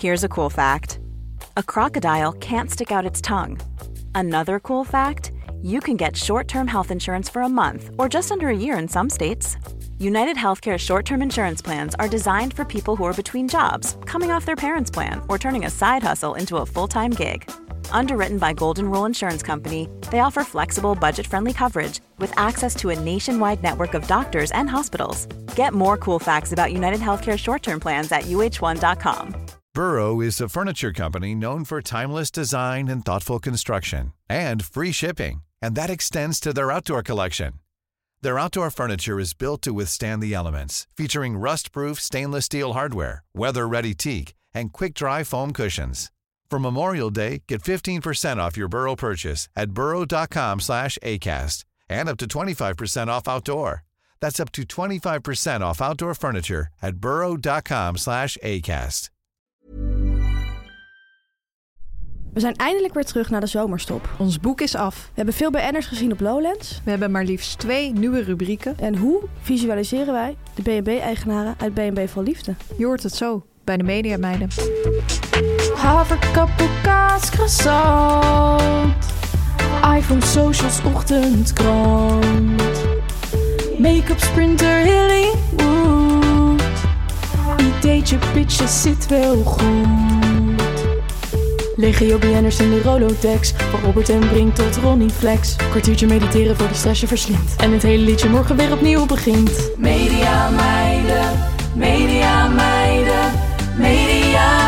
Here's a cool fact. A crocodile can't stick out its tongue. Another cool fact, you can get short-term health insurance for a month or just under a year in some states. United Healthcare short-term insurance plans are designed for people who are between jobs, coming off their parents' plan, or turning a side hustle into a full-time gig. Underwritten by Golden Rule Insurance Company, they offer flexible, budget-friendly coverage with access to a nationwide network of doctors and hospitals. Get more cool facts about United Healthcare short-term plans at uh1.com. Burrow is a furniture company known for timeless design and thoughtful construction, and free shipping, and that extends to their outdoor collection. Their outdoor furniture is built to withstand the elements, featuring rust-proof stainless steel hardware, weather-ready teak, and quick-dry foam cushions. For Memorial Day, get 15% off your Burrow purchase at burrow.com/acast, and up to 25% off outdoor. That's up to 25% off outdoor furniture at burrow.com/acast. We zijn eindelijk weer terug naar de zomerstop. Ons boek is af. We hebben veel BN'ers gezien op Lowlands. We hebben maar liefst 2 nieuwe rubrieken. En hoe visualiseren wij de B&B-eigenaren uit B&B Vol Liefde? Je hoort het zo bij de Mediameiden. Haverkappel, kaas, croissant. iPhone, socials, ochtendkrant. Make-up, sprinter, Hollywood. Ideetje, pitjes, zit wel goed. Legio BN'ers in de Rolodex. Van Robert en Brink tot Ronnie Flex. Kwartiertje mediteren voor de stress je verslindt. En het hele liedje morgen weer opnieuw begint. Media meiden, media meiden, media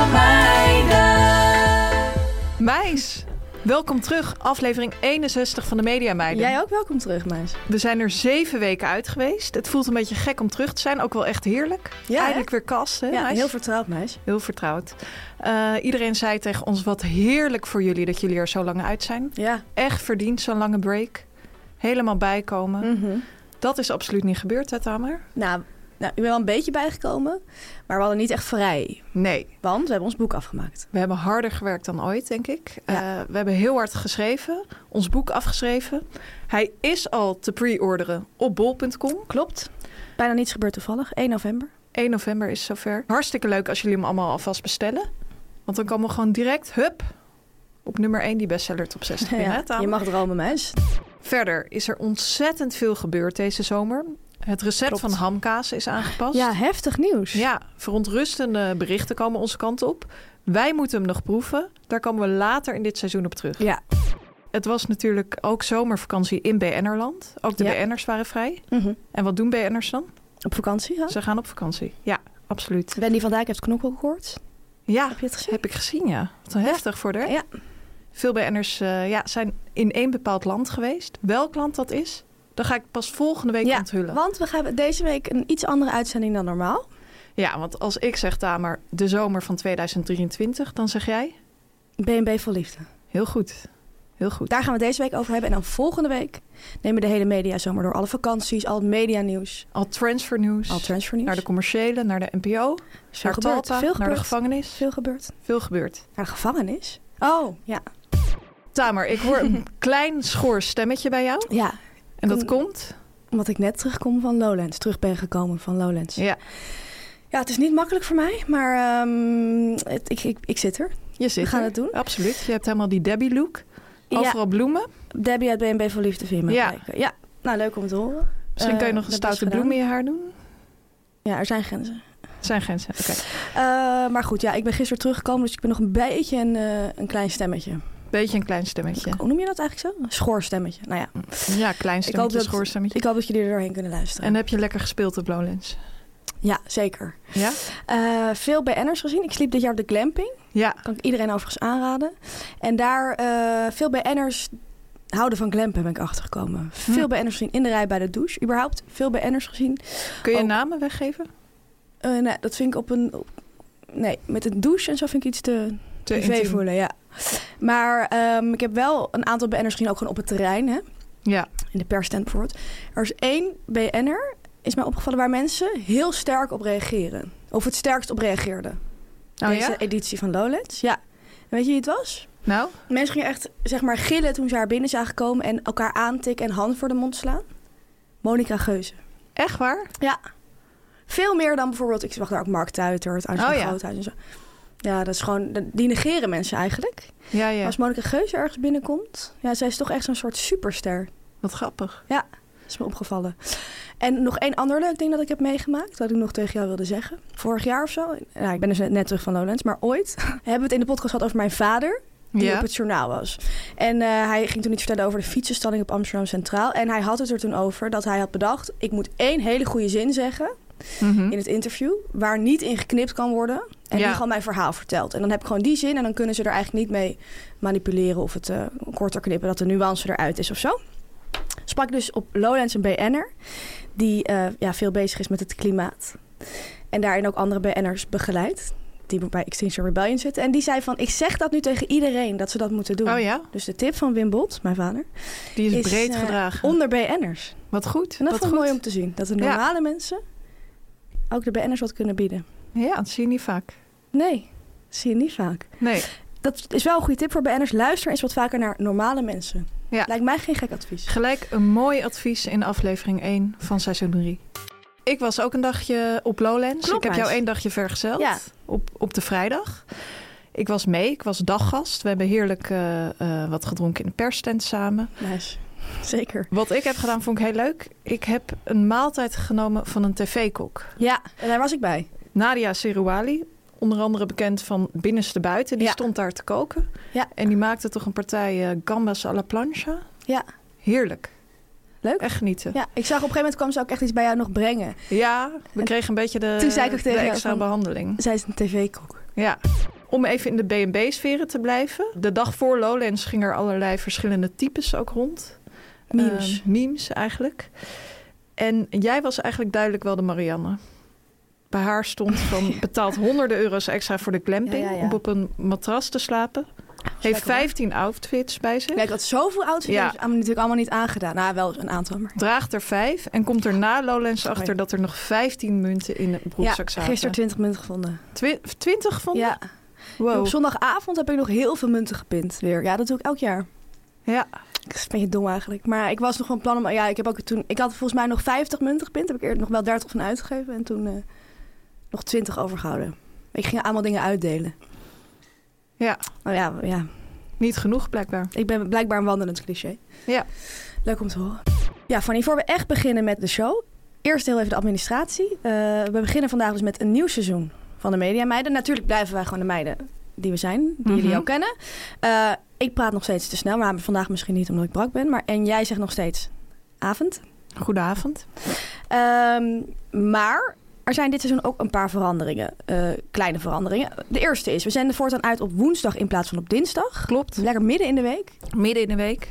meiden. Meis, welkom terug. Aflevering 61 van de Mediameiden. Jij ook welkom terug, Meis. We zijn er 7 weken uit geweest. Het voelt een beetje gek om terug te zijn. Ook wel echt heerlijk. Ja, eindelijk weer kast, hè, Ja, Meis? heel vertrouwd, Meis. Heel vertrouwd. Iedereen zei tegen ons, wat heerlijk voor jullie dat jullie er zo lang uit zijn. Ja. Echt verdiend, zo'n lange break. Helemaal bijkomen. Mhm. Dat is absoluut niet gebeurd, hè, Tamer? Nou, ik ben wel een beetje bijgekomen, maar we hadden niet echt vrij. Nee. Want we hebben ons boek afgemaakt. We hebben harder gewerkt dan ooit, denk ik. Ja. We hebben heel hard geschreven, ons boek afgeschreven. Hij is al te pre-orderen op bol.com. Klopt. Bijna niets gebeurt toevallig. 1 november. 1 november is zover. Hartstikke leuk als jullie hem allemaal alvast bestellen. Want dan komen we gewoon direct, op nummer 1 die bestseller top 60 binnen. Hè, Tamer? Je mag dromen, Meis. Verder is er ontzettend veel gebeurd deze zomer. Het recept Klopt. van hamkaas is aangepast. Ja, heftig nieuws. Ja, verontrustende berichten komen onze kant op. Wij moeten hem nog proeven. Daar komen we later in dit seizoen op terug. Ja. Het was natuurlijk ook zomervakantie in BN'erland. Ook de Ja. BN'ers waren vrij. Mhm. En wat doen BN'ers dan? Op vakantie gaan. Ze gaan op vakantie. Ja, absoluut. Wendy van Dijk heeft knokkelkoorts. Ja, Heb je het gezien? heb ik gezien, ja. Wat een heftig voor haar. Ja. Veel BN'ers zijn in één bepaald land geweest. Welk land dat is, dat ga ik pas volgende week onthullen. Want we gaan deze week een iets andere uitzending dan normaal. Ja, want als ik zeg, Tamer, de zomer van 2023, dan zeg jij? B&B Vol Liefde. Heel goed. Heel goed. Daar gaan we deze week over hebben. En dan volgende week nemen we de hele mediazomer door. Alle vakanties, al het medianieuws. Al transfernieuws. Al transfernieuws. Naar de commerciële, naar de NPO. Veel Naar gebeurd. Talpa, Veel naar de gebeurd. gevangenis. Veel gebeurd. Veel gebeurd. Naar de gevangenis? Oh, ja. Tamer, ik hoor een klein schoor stemmetje bij jou. Ja. En dat komt? Omdat ik net terugkom van Lowlands. Terug ben gekomen van Lowlands. Ja. Ja, het is niet makkelijk voor mij. Maar ik zit er. Je zit We gaan er. het doen. Absoluut. Je hebt helemaal die Debbie-look. Overal bloemen. Debbie uit B&B Vol Liefde vind je me Ja. kijken. Ja, nou leuk om te horen. Misschien kan je nog een dat stoute is gedaan. bloem in je haar doen. Ja, er zijn grenzen. Zijn grenzen. Oké. Maar goed, ja, ik ben gisteren teruggekomen, dus ik ben nog een beetje een klein stemmetje. Beetje een klein stemmetje. Hoe noem je dat eigenlijk zo? Een schoorstemmetje. Nou ja, Ja, klein stemmetje, dat- schoorstemmetje. ik hoop dat jullie er doorheen kunnen luisteren. En heb je lekker gespeeld op Lowlands? Ja, zeker. Ja? Veel BN'ers gezien. Ik sliep dit jaar op de glamping. Ja. Kan ik iedereen overigens aanraden. En daar veel BN'ers houden van glampen, ben ik achtergekomen. Veel BN'ers gezien in de rij bij de douche. Überhaupt veel BN'ers gezien. Kun je Ook- namen weggeven? Nee, dat vind ik nee, met een douche en zo vind ik iets te privé intiem. voelen, ja. Maar ik heb wel een aantal BN'ers gezien, ook gewoon op het terrein, hè. Ja. In de persstand bijvoorbeeld. Er is 1 BN'er, is mij opgevallen, waar mensen heel sterk op reageren. Of het sterkst op reageerden. Oh, Deze ja? editie van Lowlands. Ja. En weet je wie het was? Nou? Mensen gingen echt, zeg maar, gillen toen ze haar binnen zagen komen en elkaar aantikken en handen voor de mond slaan. Monica Geuze. Echt waar? Ja. Veel meer dan bijvoorbeeld, ik zag daar ook Mark Tuitert, Angela Oh, ja. Groothuis en zo. Ja, dat is gewoon... Die negeren mensen eigenlijk. Ja. Als Monica Geuze ergens binnenkomt... Ja, zij is toch echt zo'n soort superster. Wat grappig. Ja, dat is me opgevallen. En nog één ander leuk ding dat ik heb meegemaakt... wat ik nog tegen jou wilde zeggen. Vorig jaar of zo... Nou, ik ben dus net terug van Lowlands... maar ooit hebben we het in de podcast gehad over mijn vader... die op het journaal was. En hij ging toen iets vertellen over de fietsenstalling op Amsterdam Centraal. En hij had het er toen over dat hij had bedacht... ik moet 1 hele goede zin zeggen... in het interview, waar niet in geknipt kan worden... en die gewoon mijn verhaal vertelt. En dan heb ik gewoon die zin... en dan kunnen ze er eigenlijk niet mee manipuleren... of het korter knippen, dat de nuance eruit is of zo. Sprak dus op Lowlands een BN'er... die veel bezig is met het klimaat. En daarin ook andere BN'ers begeleidt... die bij Extinction Rebellion zitten. En die zei van, ik zeg dat nu tegen iedereen... dat ze dat moeten doen. Oh ja? Dus de tip van Wim Bot, mijn vader... Die is breed gedragen. Onder BN'ers. Wat goed. En dat wat vond ik goed. mooi om te zien. Dat de normale mensen... ook de BN'ers wat kunnen bieden. Ja, dat zie je niet vaak. Nee, dat zie je niet vaak. Nee. Dat is wel een goede tip voor BN'ers. Luister eens wat vaker naar normale mensen. Ja. Lijkt mij geen gek advies. Gelijk een mooi advies in aflevering 1 van seizoen 3. Ik was ook een dagje op Lowlands. Klopt, ik heb jou 1 dagje vergezeld. Ja. Op de vrijdag. Ik was mee. Ik was daggast. We hebben heerlijk wat gedronken in de perstent samen. Nice. Zeker. Wat ik heb gedaan vond ik heel leuk. Ik heb een maaltijd genomen van een tv-kok. Ja, en daar was ik bij. Nadia Serouali. Onder andere bekend van Binnenste Buiten. Die stond daar te koken. Ja. En die maakte toch een partij gambas à la plancha. Ja. Heerlijk. Leuk. Echt genieten. Ja, ik zag op een gegeven moment kwam ze ook echt iets bij jou nog brengen. Ja, we kregen een beetje toen zei ik ook tegen de jou extra van, behandeling. Zij is een tv-kok. Ja. Om even in de B&B-sferen te blijven. De dag voor Lowlands ging er allerlei verschillende types ook rond. Memes. Memes eigenlijk. En jij was eigenlijk duidelijk wel de Marianne. Bij haar stond van betaalt honderden euro's extra voor de glamping. Om op een matras te slapen. Heeft 15 outfits bij zich. Ja, ik had zoveel outfits. Ja. Natuurlijk allemaal niet aangedaan. Nou, wel een aantal. Maar... Draagt er 5 en komt er na Lowlands achter dat er nog 15 munten in de broekzak zaten. Gisteren 20 munten gevonden. 20 gevonden? Ja. Wow. Op zondagavond heb ik nog heel veel munten gepind weer. Ja, dat doe ik elk jaar. Ja. Dat is een beetje dom eigenlijk. Maar ik was nog van plan om... Ja, ik had volgens mij nog 50 munten gepind. Heb ik eerder nog wel 30 van uitgegeven. En toen nog 20 overgehouden. Ik ging allemaal dingen uitdelen. Ja. Nou ja. Niet genoeg blijkbaar. Ik ben blijkbaar een wandelend cliché. Ja. Leuk om te horen. Ja, Fanny, voor we echt beginnen met de show. Eerst heel even de administratie. We beginnen vandaag dus met een nieuw seizoen van de Media Meiden. Natuurlijk blijven wij gewoon de meiden die we zijn. Die jullie ook kennen. Ik praat nog steeds te snel. Maar vandaag misschien niet omdat ik brak ben. En jij zegt nog steeds avond. Goedenavond. Maar... Er zijn dit seizoen ook een paar veranderingen. Kleine veranderingen. De eerste is, we zenden voortaan uit op woensdag in plaats van op dinsdag. Klopt. Lekker midden in de week. Midden in de week.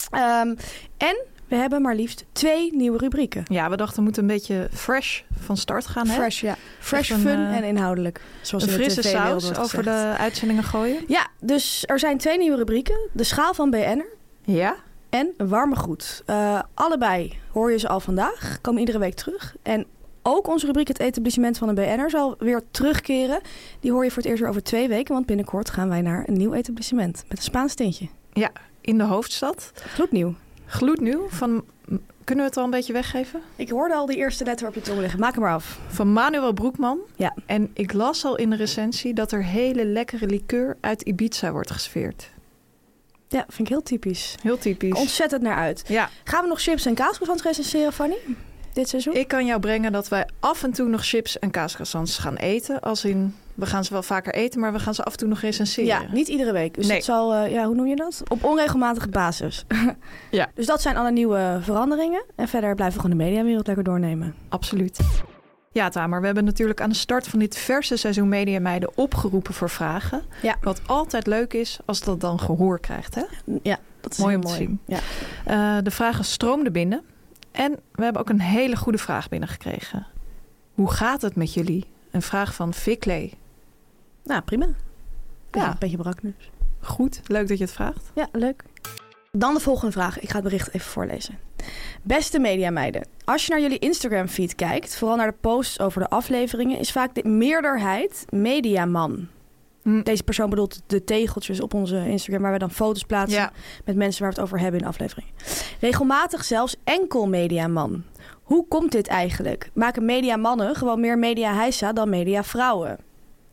En we hebben maar liefst 2 nieuwe rubrieken. Ja, we dachten we moeten een beetje fresh van start gaan. Fresh, hè? Ja. Fresh, fun en inhoudelijk. Zoals een frisse saus over de uitzendingen gooien. Ja, dus er zijn 2 nieuwe rubrieken. De schaal van BN'er. Ja. En een warme groet. Allebei hoor je ze al vandaag. Komen iedere week terug. En ook onze rubriek Het Etablissement van een BN'er zal weer terugkeren. Die hoor je voor het eerst weer over 2 weken. Want binnenkort gaan wij naar een nieuw etablissement. Met een Spaans tintje. Ja, in de hoofdstad. Gloednieuw. Gloednieuw. Kunnen we het al een beetje weggeven? Ik hoorde al die eerste letter op je tong liggen. Maak hem maar af. Van Manuel Broekman. Ja. En ik las al in de recensie dat er hele lekkere liqueur uit Ibiza wordt gesfeerd. Ja, vind ik heel typisch. Heel typisch. Ontzettend naar uit. Ja. Gaan we nog chips en kaascroissants recenseren, Fanny? Dit seizoen? Ik kan jou brengen dat wij af en toe nog chips en kaascroissants gaan eten. Als in, we gaan ze wel vaker eten, maar we gaan ze af en toe nog recenseren. Ja, niet iedere week. Dus het zal, hoe noem je dat? Op onregelmatige basis. Ja. Dus dat zijn alle nieuwe veranderingen. En verder blijven we gewoon de mediawereld lekker doornemen. Absoluut. Ja, Tamer, we hebben natuurlijk aan de start van dit verse seizoen Media Meiden opgeroepen voor vragen. Ja. Wat altijd leuk is als dat dan gehoor krijgt, hè? Ja, dat is mooi om te zien. Ja. De vragen stroomden binnen. En we hebben ook een hele goede vraag binnengekregen. Hoe gaat het met jullie? Een vraag van Viclay. Nou, prima. Ja, een beetje brak nu. Goed, leuk dat je het vraagt. Ja, leuk. Dan de volgende vraag. Ik ga het bericht even voorlezen. Beste mediameiden, als je naar jullie Instagram-feed kijkt, vooral naar de posts over de afleveringen, is vaak de meerderheid mediaman. Deze persoon bedoelt de tegeltjes op onze Instagram, waar we dan foto's plaatsen met mensen waar we het over hebben in de aflevering. Regelmatig zelfs enkel mediaman. Hoe komt dit eigenlijk? Maken mediamannen gewoon meer media-heisa dan mediavrouwen?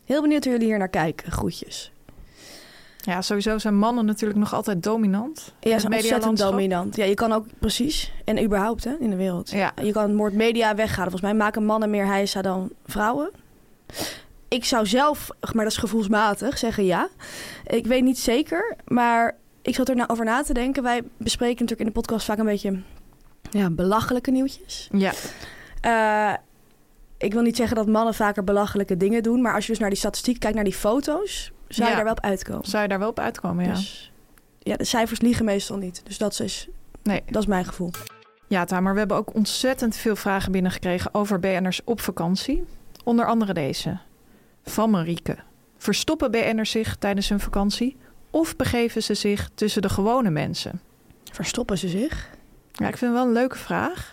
Heel benieuwd hoe jullie hier naar kijken. Groetjes. Ja, sowieso zijn mannen natuurlijk nog altijd dominant. Ja, ze zijn ontzettend dominant. Ja, je kan ook precies. En überhaupt hè, in de wereld. Ja. Je kan het woord media weghalen. Volgens mij maken mannen meer heisa dan vrouwen. Ik zou zelf, maar dat is gevoelsmatig, zeggen ja. Ik weet niet zeker, maar ik zat er nou over na te denken. Wij bespreken natuurlijk in de podcast vaak een beetje belachelijke nieuwtjes. Ja. Ik wil niet zeggen dat mannen vaker belachelijke dingen doen, maar als je dus naar die statistiek kijkt, naar die foto's, zou je daar wel op uitkomen. Zou je daar wel op uitkomen, ja. Dus, ja, de cijfers liegen meestal niet. Dus dat is mijn gevoel. Ja, Tamer, we hebben ook ontzettend veel vragen binnengekregen over BN'ers op vakantie. Onder andere deze. Van Marieke. Verstoppen BN'ers zich tijdens hun vakantie of begeven ze zich tussen de gewone mensen? Verstoppen ze zich? Ja, ik vind het wel een leuke vraag.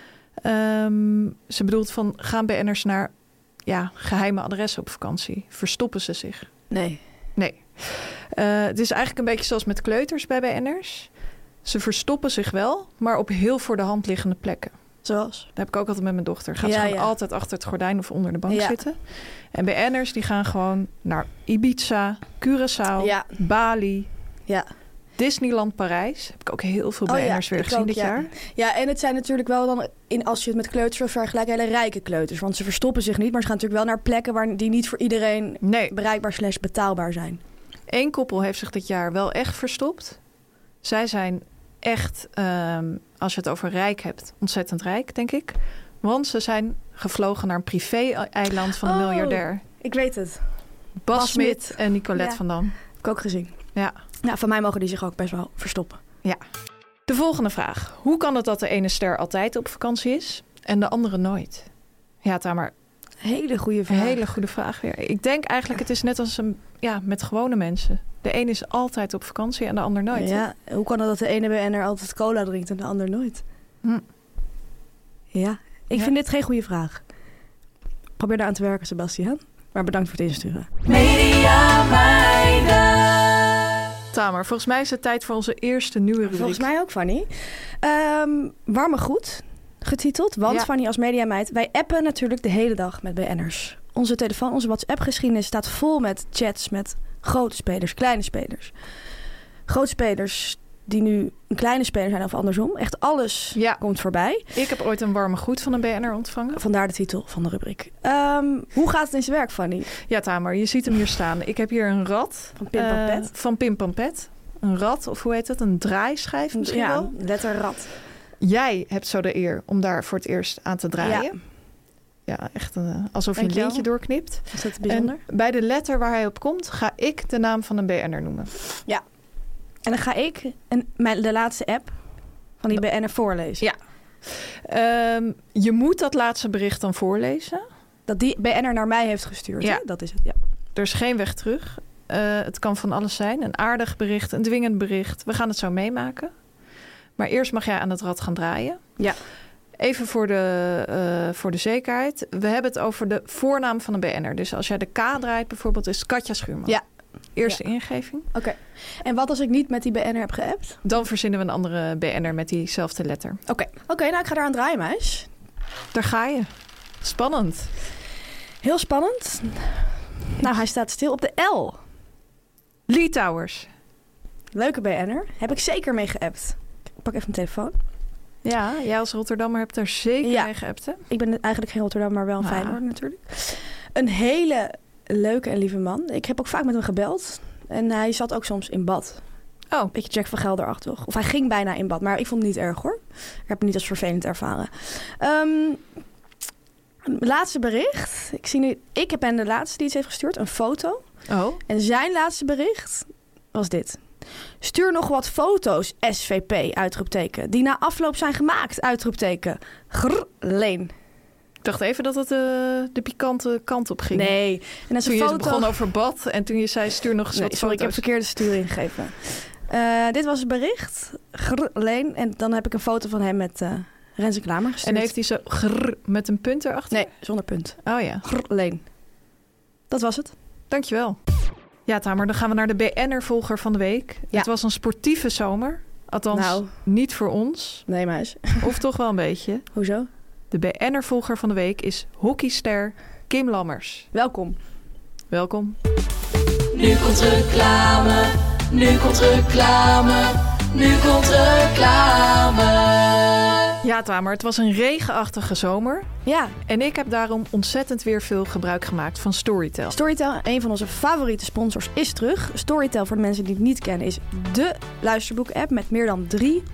Ze bedoelt van, gaan BN'ers naar geheime adressen op vakantie? Verstoppen ze zich? Nee. Het is eigenlijk een beetje zoals met kleuters bij BN'ers. Ze verstoppen zich wel, maar op heel voor de hand liggende plekken. Zoals? Dat heb ik ook altijd met mijn dochter. Gaat ze altijd achter het gordijn of onder de bank zitten. En BN'ers die gaan gewoon naar Ibiza, Curaçao, Bali, Disneyland Parijs. Heb ik ook heel veel BN'ers weer gezien dit jaar. Ja, en het zijn natuurlijk wel dan, als je het met kleuters wil vergelijken, hele rijke kleuters. Want ze verstoppen zich niet, maar ze gaan natuurlijk wel naar plekken die niet voor iedereen bereikbaar / betaalbaar zijn. Eén koppel heeft zich dit jaar wel echt verstopt. Zij zijn echt, als je het over rijk hebt, ontzettend rijk, denk ik. Want ze zijn gevlogen naar een privé-eiland van een miljardair. Ik weet het. Bas Smit en Nicolette van Dam. Heb ik ook gezien. Ja. Ja, van mij mogen die zich ook best wel verstoppen. Ja. De volgende vraag. Hoe kan het dat de ene ster altijd op vakantie is en de andere nooit? Ja, Tamer. Hele goede vraag. Hele goede vraag weer. Ik denk eigenlijk, het is net als met gewone mensen. De een is altijd op vakantie en de ander nooit. Ja, hoe kan het dat de ene BN'er altijd cola drinkt en de ander nooit? Ja, ik vind dit geen goede vraag. Probeer daar aan te werken, Sebastiaan. Maar bedankt voor het insturen. Media Meiden. Tamer, volgens mij is het tijd voor onze eerste nieuwe rubriek. Volgens mij ook, Fanny. Warme goed, getiteld. Want Fanny als mediameid, wij appen natuurlijk de hele dag met BN'ers. Onze telefoon, onze WhatsApp-geschiedenis staat vol met chats met grote spelers, kleine spelers. Grote spelers die nu een kleine speler zijn of andersom. Echt alles komt voorbij. Ik heb ooit een warme groet van een BN'er ontvangen. Vandaar de titel van de rubriek. Hoe gaat het in zijn werk, Fanny? Ja, Tamer, je ziet hem hier staan. Ik heb hier een rad. Van Pim Pampet. Van Pim Pampet. Een rad, of hoe heet het? Een draaischijf misschien wel? Ja, letterrad. Jij hebt zo de eer om daar voor het eerst aan te draaien. Ja, echt alsof je een lintje doorknipt. Is dat bijzonder? En bij de letter waar hij op komt, ga ik de naam van een BN'er noemen. Ja. En dan ga ik de laatste app van die BN'er voorlezen. Ja. Je moet dat laatste bericht dan voorlezen. Dat die BN'er naar mij heeft gestuurd. Ja. Hè? Dat is het, ja. Er is geen weg terug. Het kan van alles zijn. Een aardig bericht, een dwingend bericht. We gaan het zo meemaken. Maar eerst mag jij aan het rad gaan draaien. Ja. Even voor de zekerheid. We hebben het over de voornaam van een BN'er. Dus als jij de K draait bijvoorbeeld, is Katja Schuurman. Ja. Eerste ingeving. Oké. En wat als ik niet met die BN'er heb geappt? Dan verzinnen we een andere BN'er met diezelfde letter. Oké, nou ik ga eraan draaien, meis. Daar ga je. Spannend. Heel spannend. Nou, hij staat stil op de L. Lee Towers. Leuke BN'er. Heb ik zeker mee geappt. Ik pak even mijn telefoon. Ja, jij als Rotterdammer hebt daar zeker mee geappt, hè? Ik ben eigenlijk geen Rotterdammer, maar wel een Feyenoord natuurlijk. Een hele leuke en lieve man. Ik heb ook vaak met hem gebeld. En hij zat ook soms in bad. Oh. Beetje Jack van Gelder-achtig. Of hij ging bijna in bad, maar ik vond het niet erg, hoor. Ik heb het niet als vervelend ervaren. Laatste bericht. Ik ben de laatste die iets heeft gestuurd. Een foto. Oh. En zijn laatste bericht was dit. Stuur nog wat foto's, SVP, uitroepteken. Die na afloop zijn gemaakt, uitroepteken. Grrr, Leen. Ik dacht even dat het de pikante kant op ging. Nee. En toen je begon over bad en toen je zei stuur nog eens wat foto's. Ik heb verkeerde sturing gegeven. Dit was het bericht. Grrr, Leen. En dan heb ik een foto van hem met Renze Klamer gestuurd. En heeft hij zo grrr met een punt erachter? Nee, zonder punt. Oh ja. Grrr, Leen. Dat was het. Dankjewel. Ja, Tamer, dan gaan we naar de BN'er-volger van de week. Ja. Het was een sportieve zomer. Althans, niet voor ons. Nee, meis. Of toch wel een beetje. Hoezo? De BN'er-volger van de week is hockeyster Kim Lammers. Welkom. Welkom. Nu komt reclame, nu komt reclame, nu komt reclame. Ja, Tamer, het was een regenachtige zomer. Ja. En ik heb daarom ontzettend weer veel gebruik gemaakt van Storytel. Storytel, een van onze favoriete sponsors, is terug. Storytel, voor de mensen die het niet kennen, is dé luisterboek-app met meer dan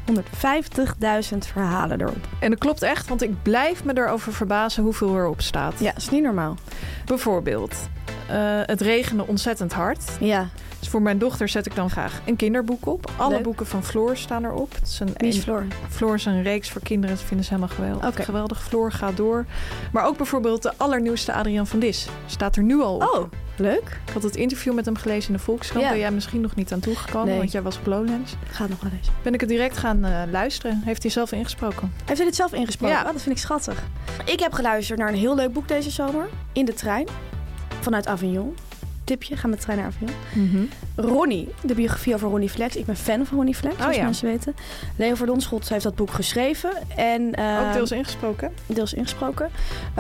350.000 verhalen erop. En dat klopt echt, want ik blijf me erover verbazen hoeveel erop staat. Ja, is niet normaal. Bijvoorbeeld, het regende ontzettend hard. Ja. Dus voor mijn dochter zet ik dan graag een kinderboek op. Alle Leuk. boeken van Floor staan erop. Het is Wie is Floor? Floor is een reeks voor kinderen. Dat vinden ze helemaal geweldig. Okay. Geweldig. Floor gaat door. Maar ook bijvoorbeeld de allernieuwste Adriaan van Dis. Staat er nu al op. Oh, leuk. Ik had het interview met hem gelezen in de Volkskrant. Ja. Ben jij misschien nog niet aan toegekomen, Nee. want jij was op Lowlands. Gaat nog wel eens. Ben ik het direct gaan luisteren. Heeft hij zelf ingesproken. Heeft hij dit zelf ingesproken? Ja. Oh, dat vind ik schattig. Ik heb geluisterd naar een heel leuk boek deze zomer. In de trein. Vanuit Avignon. Tipje, ga met de trein naar Avignon. Ronnie, de biografie over Ronnie Flex. Ik ben fan van Ronnie Flex, zoals mensen weten. Leo Verdonschot heeft dat boek geschreven. En, ook deels ingesproken. Deels ingesproken.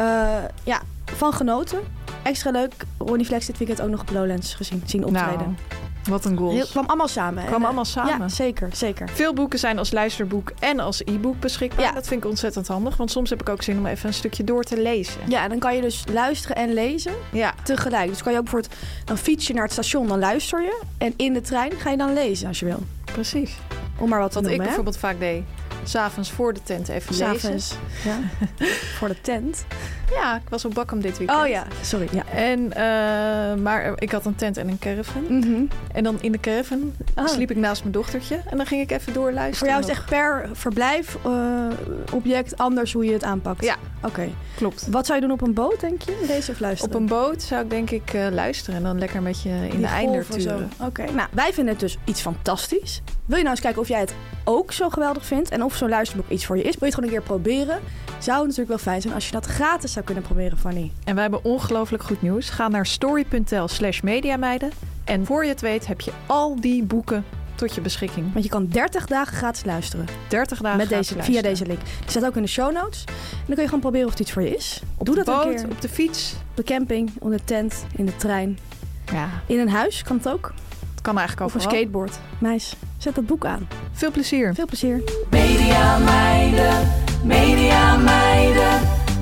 Ja, van genoten. Extra leuk. Ronnie Flex dit weekend ook nog op Lowlands zien optreden. Nou, wat een goals. Het kwam allemaal samen. Allemaal samen. Ja, zeker, zeker. Veel boeken zijn als luisterboek en als e-book beschikbaar. Ja. Dat vind ik ontzettend handig, want soms heb ik ook zin om even een stukje door te lezen. Ja, en dan kan je dus luisteren en lezen tegelijk. Dus kan je ook bijvoorbeeld, dan fiets je naar het station, dan luister je. En in de trein ga je dan lezen als je wil. Precies. Om maar wat te Wat noemen, ik bijvoorbeeld vaak deed. 's Avonds voor de tent even lezen. Ja. Voor de tent. Ja, ik was op Bakkum dit weekend. Oh ja, sorry. Ja. En, maar ik had een tent en een caravan. Mm-hmm. En dan in de caravan sliep ik naast mijn dochtertje. En dan ging ik even doorluisteren. Voor jou is het echt per verblijf, object anders hoe je het aanpakt? Ja. Oké. Klopt. Wat zou je doen op een boot, denk je? Lezen of luisteren? Op een boot zou ik denk ik luisteren. En dan lekker met je in de einder turen. Oké. Nou, wij vinden het dus iets fantastisch. Wil je nou eens kijken of jij het ook zo geweldig vindt? En of zo'n luisterboek iets voor je is? Wil je het gewoon een keer proberen? Zou het natuurlijk wel fijn zijn als je dat gratis zou kunnen proberen, Fanny. En wij hebben ongelooflijk goed nieuws. Ga naar story.nl/mediameiden. En voor je het weet heb je al die boeken tot je beschikking. Want je kan 30 dagen gratis luisteren. 30 dagen met gratis via deze link. Die staat ook in de show notes. En dan kun je gewoon proberen of het iets voor je is. Doe dat een keer. Op de fiets. Op de camping, op de tent, in de trein. Ja. In een huis kan het ook. Het kan eigenlijk overal. Op een skateboard. Meis, zet dat boek aan. Veel plezier. Veel plezier. Media meiden, media meiden,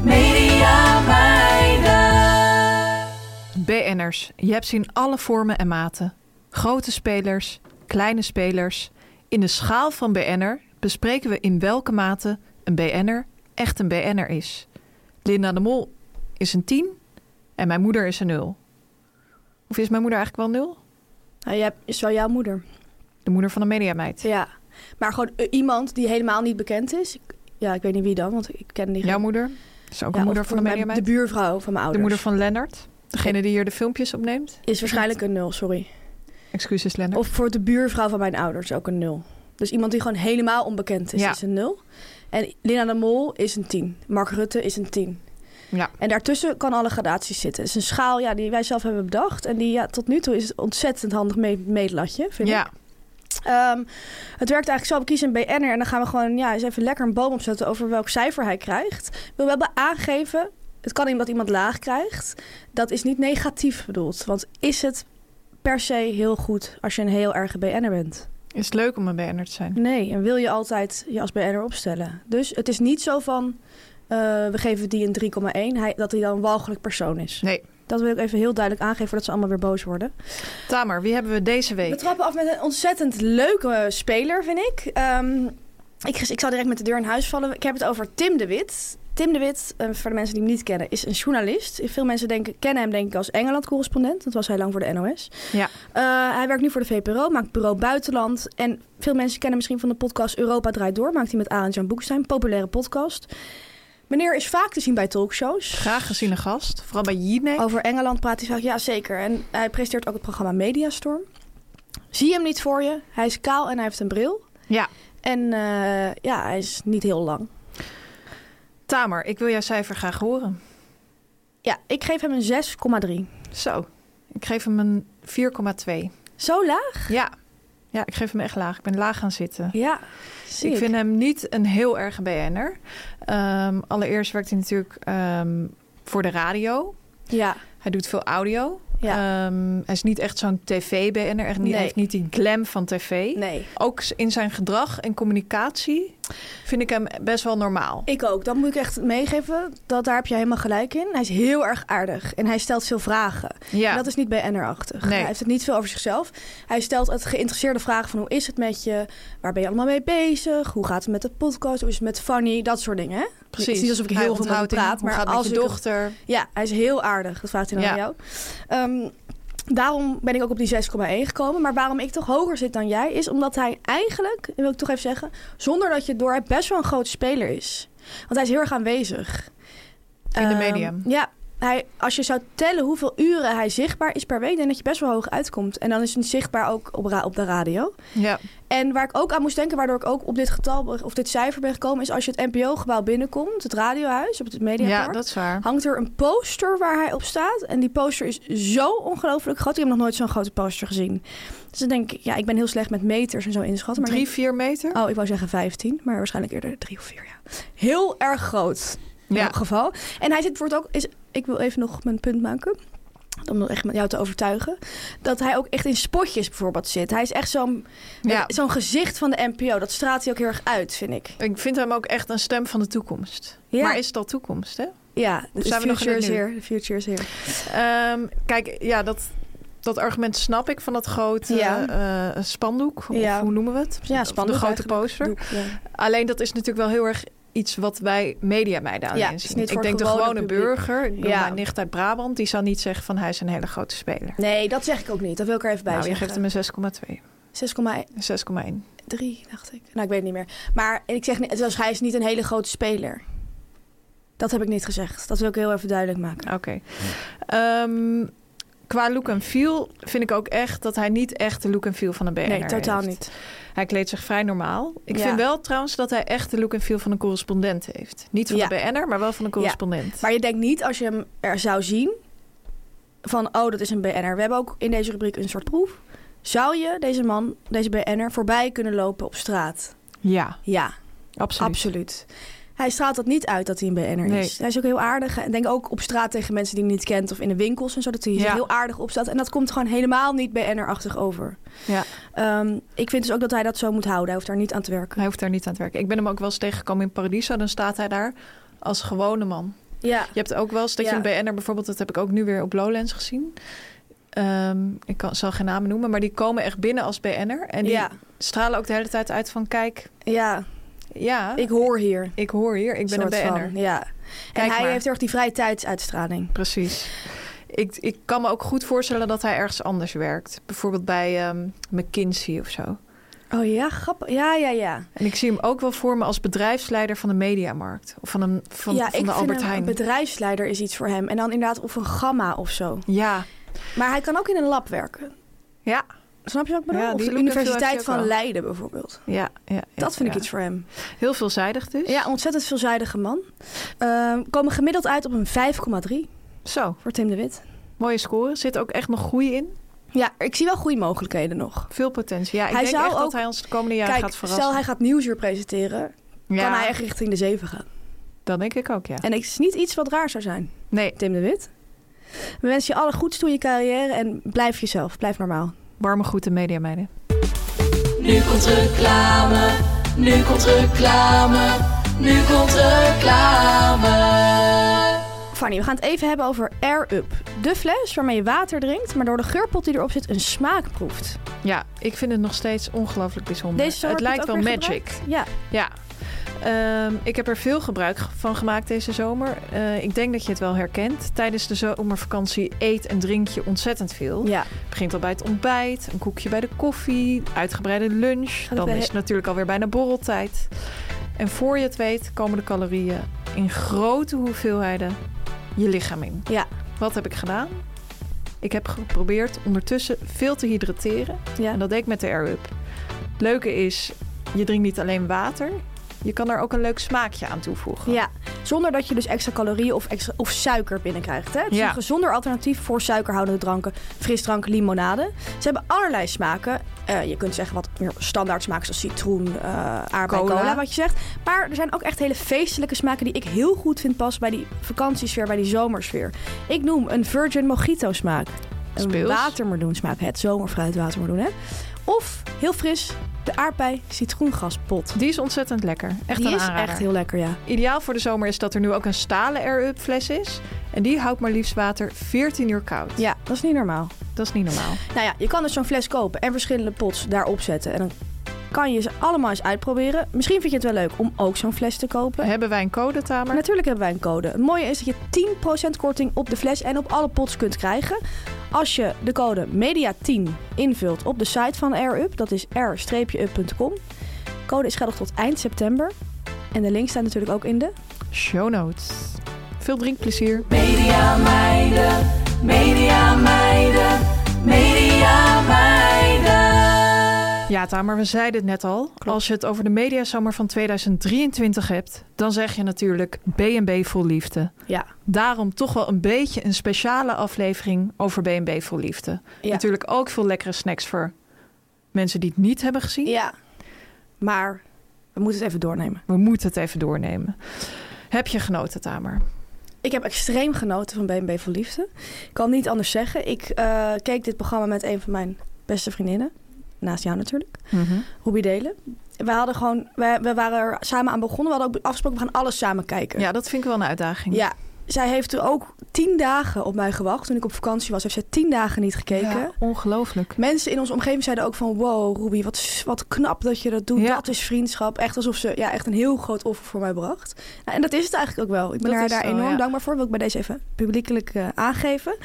media meiden. BN'ers. Je hebt ze in alle vormen en maten. Grote spelers, kleine spelers. In de schaal van BN'er bespreken we in welke mate een BN'er echt een BN'er is. Linda de Mol is een 10 en mijn moeder is een 0. Of is mijn moeder eigenlijk wel 0? Nou, is wel jouw moeder. De moeder van de mediameid. Ja, maar gewoon iemand die helemaal niet bekend is. Ik weet niet wie dan, want ik ken die. Jouw moeder? Is ook een moeder van de mediameid? De buurvrouw van mijn ouders. De moeder van Lennart? Degene die hier de filmpjes opneemt? Is waarschijnlijk een 0, sorry. Excuses, Lennart. Of voor de buurvrouw van mijn ouders ook een 0. Dus iemand die gewoon helemaal onbekend is, is een 0. En Linda de Mol is een 10. Mark Rutte is een 10. Ja. En daartussen kan alle gradaties zitten. Het is een schaal die wij zelf hebben bedacht. En die tot nu toe is het ontzettend handig meetlatje, vind ik. Het werkt eigenlijk zo. We kiezen een BN'er en dan gaan we gewoon eens even lekker een boom opzetten over welk cijfer hij krijgt. We willen aangeven, het kan dat iemand laag krijgt. Dat is niet negatief bedoeld. Want is het per se heel goed als je een heel erge BN'er bent? Is het leuk om een BN'er te zijn? Nee, en wil je altijd je als BN'er opstellen. Dus het is niet zo van, we geven die een 3,1, dat hij dan een walgelijk persoon is. Nee. Dat wil ik even heel duidelijk aangeven voordat ze allemaal weer boos worden. Tamer, wie hebben we deze week? We trappen af met een ontzettend leuke speler, vind ik. Ik zal direct met de deur in huis vallen. Ik heb het over Tim de Wit. Tim de Wit, voor de mensen die hem niet kennen, is een journalist. Veel mensen kennen hem denk ik als Engeland-correspondent. Dat was hij lang voor de NOS. Ja. Hij werkt nu voor de VPRO, maakt Bureau Buitenland. En veel mensen kennen misschien van de podcast Europa Draait Door. Maakt hij met Arend-Jan Boekestein, populaire podcast. Meneer is vaak te zien bij talkshows. Graag geziene gast, vooral bij Jinek. Over Engeland praat hij vaak, ja zeker. En hij presenteert ook het programma Mediastorm. Zie je hem niet voor je. Hij is kaal en hij heeft een bril. Ja. En hij is niet heel lang. Tamer, ik wil jouw cijfer graag horen. Ja, ik geef hem een 6,3. Zo, ik geef hem een 4,2. Zo laag? Ja, ik geef hem echt laag. Ik ben laag gaan zitten. Ja, ik vind hem niet een heel erge BN'er. Allereerst werkt hij natuurlijk voor de radio. Ja. Hij doet veel audio. Ja. Hij is niet echt zo'n tv-BN'er. Hij heeft niet die glam van tv. Nee. Ook in zijn gedrag en communicatie vind ik hem best wel normaal. Ik ook. Dat moet ik echt meegeven. Daar heb je helemaal gelijk in. Hij is heel erg aardig. En hij stelt veel vragen. Ja. En dat is niet BN'er-achtig. Nee. Hij heeft het niet veel over zichzelf. Hij stelt het geïnteresseerde vragen van hoe is het met je? Waar ben je allemaal mee bezig? Hoe gaat het met de podcast? Hoe is het met Fanny? Dat soort dingen. Hè? Precies. Het is niet alsof ik heel veel met hem praat. Maar gaat als je dochter? Ja, hij is heel aardig. Dat vraagt hij dan aan jou. Daarom ben ik ook op die 6,1 gekomen. Maar waarom ik toch hoger zit dan jij... is omdat hij eigenlijk, wil ik toch even zeggen... zonder dat je het door hebt, best wel een grote speler is. Want hij is heel erg aanwezig. In de media. Ja, als je zou tellen hoeveel uren hij zichtbaar is per week... denk ik dat je best wel hoog uitkomt. En dan is het zichtbaar ook op de radio. Ja. En waar ik ook aan moest denken... waardoor ik ook op dit getal of dit cijfer ben gekomen... is als je het NPO-gebouw binnenkomt... het radiohuis op het Mediapark... Ja, dat is waar. hangt er een poster waar hij op staat. En die poster is zo ongelooflijk groot. Ik heb nog nooit zo'n grote poster gezien. Dus dan denk ik... ja, ik ben heel slecht met meters en zo inschatten. Maar 3-4 meter? Oh, ik wou zeggen 15. Maar waarschijnlijk eerder 3 of 4, ja. Heel erg groot. In elk geval. En hij zit bijvoorbeeld ook... ik wil even nog mijn punt maken... om nog echt met jou te overtuigen... dat hij ook echt in spotjes bijvoorbeeld zit. Hij is echt zo'n gezicht van de NPO. Dat straalt hij ook heel erg uit, vind ik. Ik vind hem ook echt een stem van de toekomst. Ja. Maar is het al toekomst, hè? Ja, de future is here. The future is here. Kijk, ja, dat argument snap ik van dat grote spandoek. Of hoe noemen we het? Ja, spandoek. De grote poster. Doek, ja. Alleen dat is natuurlijk wel heel erg... iets wat wij mediameiden aan inzien. Ik denk de gewone burger, mijn nicht uit Brabant... die zal niet zeggen van hij is een hele grote speler. Nee, dat zeg ik ook niet. Dat wil ik er even bij zeggen. Je geeft hem een 6,2. 6,1. 3, dacht ik. Nou, ik weet het niet meer. Maar ik zeg niet, hij is niet een hele grote speler. Dat heb ik niet gezegd. Dat wil ik heel even duidelijk maken. Oké. Qua look en feel vind ik ook echt... dat hij niet echt de look en feel van een BN'er heeft. Nee, totaal niet. Hij kleedt zich vrij normaal. Ik vind wel trouwens dat hij echt de look en feel van een correspondent heeft. Niet van de BN'er, maar wel van een correspondent. Ja. Maar je denkt niet als je hem er zou zien... van, dat is een BN'er. We hebben ook in deze rubriek een soort proef. Zou je deze BN'er, voorbij kunnen lopen op straat? Ja. Ja, absoluut. Hij straalt dat niet uit dat hij een BN'er is. Hij is ook heel aardig. En denk ook op straat tegen mensen die hij niet kent... of in de winkels en zo, dat hij zich heel aardig opstaat. En dat komt gewoon helemaal niet BN'er-achtig over. Ja. Ik vind dus ook dat hij dat zo moet houden. Hij hoeft daar niet aan te werken. Ik ben hem ook wel eens tegengekomen in Paradiso. Dan staat hij daar als gewone man. Ja. Je hebt ook wel eens dat je een BN'er bijvoorbeeld... dat heb ik ook nu weer op Lowlands gezien... zal geen namen noemen... maar die komen echt binnen als BN'er. En die stralen ook de hele tijd uit van... kijk... Ja, ik hoor hier. Ik ben een BN'er. Ja. En hij heeft erg die vrije tijdsuitstraling. Precies. Ik kan me ook goed voorstellen dat hij ergens anders werkt. Bijvoorbeeld bij McKinsey of zo. Oh ja, grappig. Ja. En ik zie hem ook wel voor me als bedrijfsleider van de mediamarkt. Of van de Albert Heijn. Een bedrijfsleider is iets voor hem. En dan inderdaad of een Gamma of zo. Ja. Maar hij kan ook in een lab werken. Ja. Snap je wat ik bedoel? Of de Universiteit van Leiden bijvoorbeeld. Ja. Dat vind ik iets voor hem. Heel veelzijdig dus. Ja, ontzettend veelzijdige man. Komen gemiddeld uit op een 5,3. Zo. Voor Tim de Wit. Mooie score. Zit ook echt nog groei in? Ja, ik zie wel groeimogelijkheden nog. Veel potentie. Ja, ik denk echt dat hij ons de komende jaren gaat verrassen. Stel hij gaat Nieuwsuur presenteren, kan hij echt richting de 7 gaan. Dat denk ik ook, ja. En het is niet iets wat raar zou zijn. Nee. Tim de Wit. We wensen je alle goeds toe in je carrière en blijf jezelf. Blijf normaal. Warme groeten, mediameiden. Nu komt reclame. Fanny, we gaan het even hebben over Air Up. De fles waarmee je water drinkt, maar door de geurpot die erop zit een smaak proeft. Ja, ik vind het nog steeds ongelooflijk bijzonder. Het lijkt wel magic. Ja. Ik heb er veel gebruik van gemaakt deze zomer. Ik denk dat je het wel herkent. Tijdens de zomervakantie eet en drink je ontzettend veel. Ja. Het begint al bij het ontbijt, een koekje bij de koffie, uitgebreide lunch. Dan is het natuurlijk alweer bijna borreltijd. En voor je het weet komen de calorieën in grote hoeveelheden je lichaam in. Ja. Wat heb ik gedaan? Ik heb geprobeerd ondertussen veel te hydrateren. Ja. En dat deed ik met de Air Up. Het leuke is, je drinkt niet alleen water... Je kan er ook een leuk smaakje aan toevoegen. Ja, zonder dat je dus extra calorieën of suiker binnenkrijgt. Hè? Het is een gezonder alternatief voor suikerhoudende dranken, frisdrank, limonade. Ze hebben allerlei smaken. Je kunt zeggen wat meer standaard smaken, zoals citroen, aardbei, cola, wat je zegt. Maar er zijn ook echt hele feestelijke smaken die ik heel goed vind passen bij die vakantiesfeer, bij die zomersfeer. Ik noem een Virgin Mojito smaak. een watermeloen smaak. Het zomerfruit watermeloen, hè? Of, heel fris, de aardbei citroengaspot. Die is ontzettend lekker. Echt die een is aanrader. echt heel lekker, ja. Ideaal voor de zomer is dat er nu ook een stalen air-up fles is. En die houdt maar liefst water 14 uur koud. Ja, dat is niet normaal. Dat is niet normaal. Nou ja, je kan dus zo'n fles kopen en verschillende pots daarop zetten. En dan kan je ze allemaal eens uitproberen. Misschien vind je het wel leuk om ook zo'n fles te kopen. Hebben wij een code, Tamer? Natuurlijk hebben wij een code. Het mooie is dat je 10% korting op de fles en op alle pots kunt krijgen. Als je de code MEDIA10 invult op de site van AirUp. Dat is r-up.com. Code is geldig tot eind september. En de link staat natuurlijk ook in de show notes. Veel drinkplezier. Media meiden, media meiden, media meiden. Ja, Tamer, we zeiden het net al. Klopt. Als je het over de mediazomer van 2023 hebt, dan zeg je natuurlijk B&B vol liefde. Ja. Daarom toch wel een beetje een speciale aflevering over B&B vol liefde. Ja. Natuurlijk ook veel lekkere snacks voor mensen die het niet hebben gezien. Ja, maar we moeten het even doornemen. We moeten het even doornemen. Heb je genoten, Tamer? Ik heb extreem genoten van B&B vol liefde. Ik kan niet anders zeggen. Ik keek dit programma met een van mijn beste vriendinnen. Naast jou natuurlijk. Ruby Delen. We waren er samen aan begonnen. We hadden ook afgesproken, we gaan alles samen kijken. Ja, dat vind ik wel een uitdaging. Ja, zij heeft er ook 10 dagen op mij gewacht. Toen ik op vakantie was, heeft zij 10 dagen niet gekeken. Ja, ongelooflijk. Mensen in onze omgeving zeiden ook van, wow, Ruby, wat knap dat je dat doet. Ja. Dat is vriendschap. Echt alsof ze echt een heel groot offer voor mij bracht. Nou, en dat is het eigenlijk ook wel. Ik ben haar daar enorm dankbaar voor. Wil ik bij deze even publiekelijk aangeven.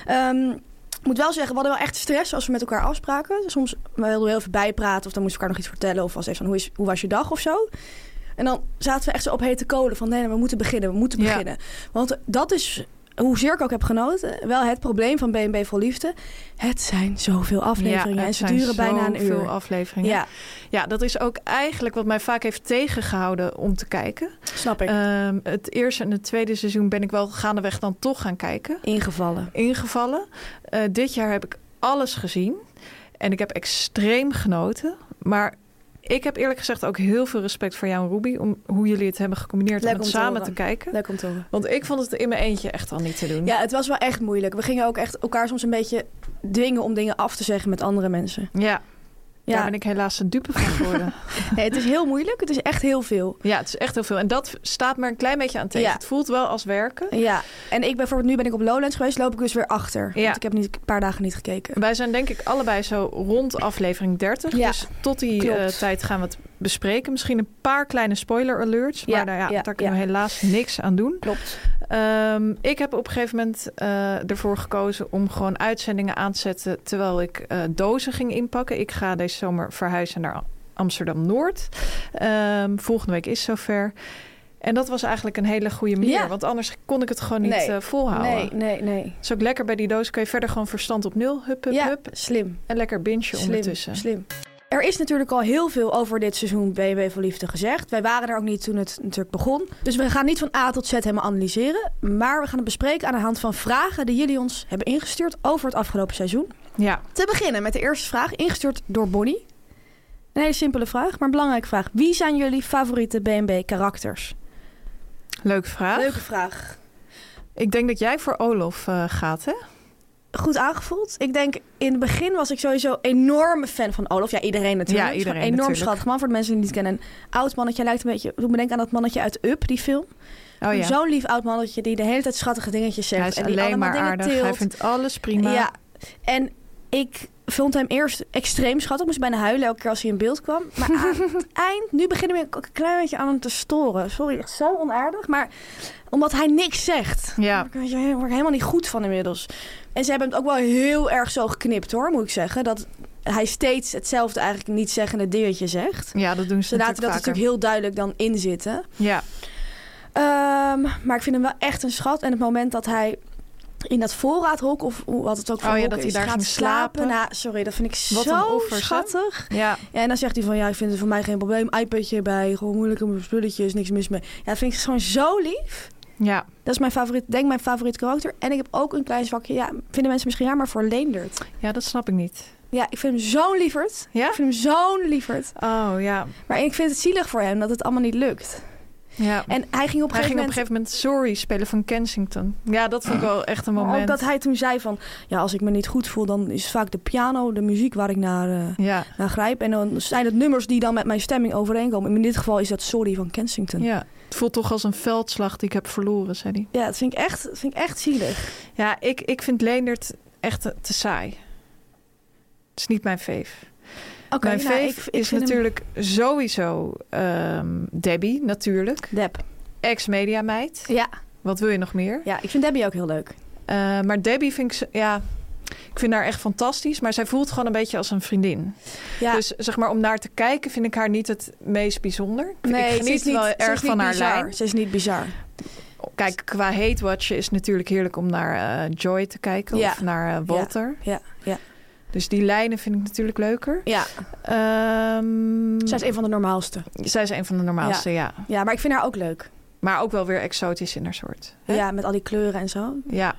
Ik moet wel zeggen, we hadden wel echt stress als we met elkaar afspraken. Soms wilden we heel even bijpraten of dan moesten we elkaar nog iets vertellen. Of was even van, hoe was je dag of zo? En dan zaten we echt zo op hete kolen van nee, we moeten beginnen. Ja. Want dat is, hoezeer ik ook heb genoten, wel het probleem van B&B vol liefde. Het zijn zoveel afleveringen en ze duren bijna een uur. Zoveel afleveringen. Ja, dat is ook eigenlijk wat mij vaak heeft tegengehouden om te kijken. Snap ik. Het eerste en het tweede seizoen ben ik wel gaandeweg dan toch gaan kijken. Ingevallen. Dit jaar heb ik alles gezien. En ik heb extreem genoten. Maar ik heb eerlijk gezegd ook heel veel respect voor jou en Ruby. Om hoe jullie het hebben gecombineerd om het samen te kijken. Lekker om te horen. Want ik vond het in mijn eentje echt al niet te doen. Ja, het was wel echt moeilijk. We gingen ook echt elkaar soms een beetje dwingen om dingen af te zeggen met andere mensen. Ja. Daar ben ik helaas een dupe van geworden. Nee, het is heel moeilijk. Het is echt heel veel. Ja, het is echt heel veel. En dat staat me een klein beetje aan tegen. Ja. Het voelt wel als werken. Ja, en ik bijvoorbeeld nu ben ik op Lowlands geweest, loop ik dus weer achter. Ja. Want ik heb een paar dagen niet gekeken. Wij zijn denk ik allebei zo rond aflevering 30. Ja. Dus tot die tijd gaan we het bespreken. Misschien een paar kleine spoiler alerts. Maar daar kunnen we helaas niks aan doen. Klopt. Ik heb op een gegeven moment ervoor gekozen om gewoon uitzendingen aan te zetten terwijl ik dozen ging inpakken. Ik ga deze zomer verhuizen naar Amsterdam-Noord. Volgende week is zover. En dat was eigenlijk een hele goede manier. Ja. Want anders kon ik het gewoon niet volhouden. Nee. Dus ook lekker bij die doos kun je verder gewoon verstand op nul. Hup. Slim. En lekker bingen ondertussen. Slim. Er is natuurlijk al heel veel over dit seizoen B&B vol liefde gezegd. Wij waren er ook niet toen het natuurlijk begon. Dus we gaan niet van A tot Z helemaal analyseren. Maar we gaan het bespreken aan de hand van vragen die jullie ons hebben ingestuurd over het afgelopen seizoen. Ja. Te beginnen met de eerste vraag, ingestuurd door Bonnie. Een hele simpele vraag, maar een belangrijke vraag. Wie zijn jullie favoriete B&B karakters? Leuke vraag. Ik denk dat jij voor Olof gaat, hè? Goed aangevoeld. Ik denk, in het begin was ik sowieso enorme fan van Olof. Ja, iedereen natuurlijk. Ja, iedereen enorm natuurlijk. Schattig man. Voor de mensen die het niet kennen. Een oud mannetje. Lijkt een beetje, doet me denken aan dat mannetje uit Up, die film. Oh, ja. Zo'n lief oud mannetje die de hele tijd schattige dingetjes zegt. Hij is en die alleen maar dingen aardig. tilt. Hij vindt alles prima. Ja, en ik vond hem eerst extreem schattig. Moest bijna huilen elke keer als hij in beeld kwam. Maar aan het eind, nu beginnen we een klein beetje aan hem te storen. Sorry, echt zo onaardig. Maar omdat hij niks zegt. Ja. Daar word ik helemaal niet goed van inmiddels. En ze hebben het ook wel heel erg zo geknipt hoor, moet ik zeggen. Dat hij steeds hetzelfde eigenlijk niet zeggende dingetje zegt. Ja, dat doen ze laten dat vaker. Natuurlijk heel duidelijk dan inzitten. Ja. Maar ik vind hem wel echt een schat. En het moment dat hij in dat voorraadhok, of wat het ook voor dat hij daar gaat slapen. Nou, sorry, dat vind ik wat zo schattig. Ja. En dan zegt hij van, ik vind het voor mij geen probleem. iPadje erbij, gewoon moeilijke spulletjes, niks mis mee. Ja, dat vind ik gewoon zo lief. Ja. Dat is mijn favoriet karakter. En ik heb ook een klein zwakje, vinden mensen misschien raar, maar voor Leendert. Ja, dat snap ik niet. Ja, ik vind hem zo'n lieverd. Ja? Ik vind hem zo'n lieverd. Oh, ja. Maar ik vind het zielig voor hem dat het allemaal niet lukt. Ja. En hij ging op een gegeven moment Sorry spelen van Kensington. Ja, dat vond ik wel echt een moment. Ook dat hij toen zei van... Ja, als ik me niet goed voel, dan is het vaak de piano, de muziek waar ik naar grijp. En dan zijn het nummers die dan met mijn stemming overeenkomen. In dit geval is dat Sorry van Kensington. Ja, het voelt toch als een veldslag die ik heb verloren, zei hij. Ja, dat vind ik echt zielig. Ja, ik vind Leendert echt te saai. Het is niet mijn fave. Mijn fave is natuurlijk sowieso Debbie, natuurlijk. Deb. Ex-mediameid. Ja. Wat wil je nog meer? Ja, ik vind Debbie ook heel leuk. Maar Debbie vind ik... Ja, ik vind haar echt fantastisch. Maar zij voelt gewoon een beetje als een vriendin. Ja. Dus zeg maar, om naar te kijken vind ik haar niet het meest bijzonder. Nee, ik geniet wel erg van haar lijn. Ze is niet bizar. Kijk, qua hate watchen is het natuurlijk heerlijk om naar Joy te kijken. Of naar Walter. Ja. Dus die lijnen vind ik natuurlijk leuker. Ja. Zij is een van de normaalste. Zij is een van de normaalste, ja. Ja, maar ik vind haar ook leuk. Maar ook wel weer exotisch in haar soort. Hè? Ja, met al die kleuren en zo. Ja.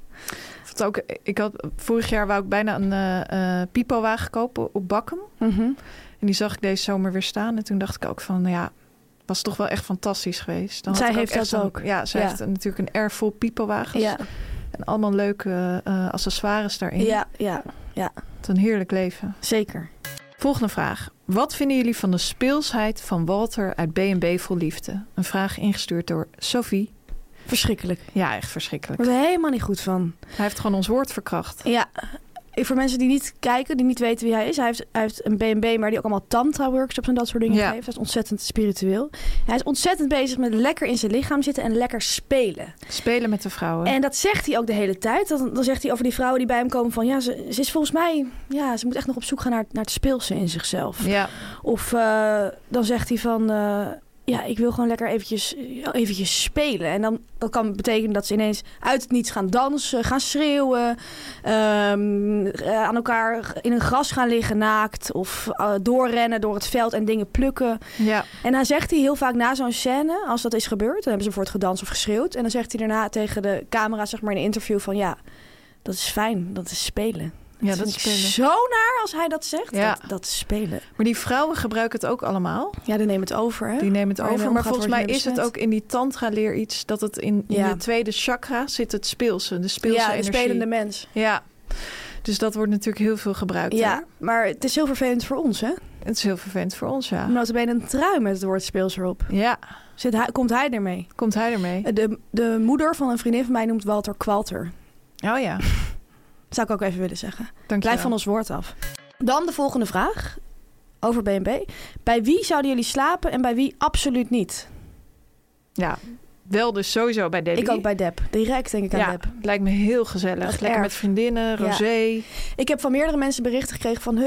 Vorig jaar wou ik bijna een pipowagen kopen op Bakkum. Mm-hmm. En die zag ik deze zomer weer staan. En toen dacht ik ook van, was toch wel echt fantastisch geweest. Dan zij heeft dat ook. Ja, zij heeft natuurlijk een erg vol pipowagens. Ja. En allemaal leuke accessoires daarin. Ja. Wat een heerlijk leven. Zeker. Volgende vraag. Wat vinden jullie van de speelsheid van Walter uit B&B Vol Liefde? Een vraag ingestuurd door Sophie. Verschrikkelijk. Ja, echt verschrikkelijk. Ik word er helemaal niet goed van. Hij heeft gewoon ons woord verkracht. Ja. Voor mensen die niet kijken, die niet weten wie hij is. Hij heeft een B&B, maar die ook allemaal tantra-workshops en dat soort dingen geeft. Hij is ontzettend spiritueel. Hij is ontzettend bezig met lekker in zijn lichaam zitten en lekker spelen. Spelen met de vrouwen. En dat zegt hij ook de hele tijd. Dan zegt hij over die vrouwen die bij hem komen van... Ja, ze is volgens mij... Ja, ze moet echt nog op zoek gaan naar het speelse in zichzelf. Ja. Of dan zegt hij van... Ja, ik wil gewoon lekker eventjes spelen. En dat kan betekenen dat ze ineens uit het niets gaan dansen, gaan schreeuwen, aan elkaar in een gras gaan liggen naakt of doorrennen door het veld en dingen plukken. Ja. En dan zegt hij heel vaak na zo'n scène, als dat is gebeurd, dan hebben ze voor het gedanst of geschreeuwd. En dan zegt hij daarna tegen de camera, zeg maar in een interview van ja, dat is fijn, dat is spelen. Ja, dat is spelen. Zo naar als hij dat zegt. Ja. Dat is spelen. Maar die vrouwen gebruiken het ook allemaal. Ja, die nemen het over. Hè? Die nemen het over. Maar volgens mij is het ook in die tantra-leer iets... dat het in je tweede chakra zit het speelse. De speelse energie. De spelende mens. Ja. Dus dat wordt natuurlijk heel veel gebruikt. Ja, hè? Maar het is heel vervelend voor ons, hè? Het is heel vervelend voor ons, ja. Nota bene een trui met het woord speels erop. Ja. Komt hij ermee? Komt hij ermee? De moeder van een vriendin van mij noemt Walter Kwalter. Oh ja. Zou ik ook even willen zeggen. Blijf van ons woord af. Dan de volgende vraag over B&B. Bij wie zouden jullie slapen en bij wie absoluut niet? Ja, wel dus sowieso bij Debbie. Ik ook bij Deb. Direct denk ik aan Deb. Lijkt me heel gezellig. Lekker erg. Met vriendinnen, rosé. Ja. Ik heb van meerdere mensen berichten gekregen van...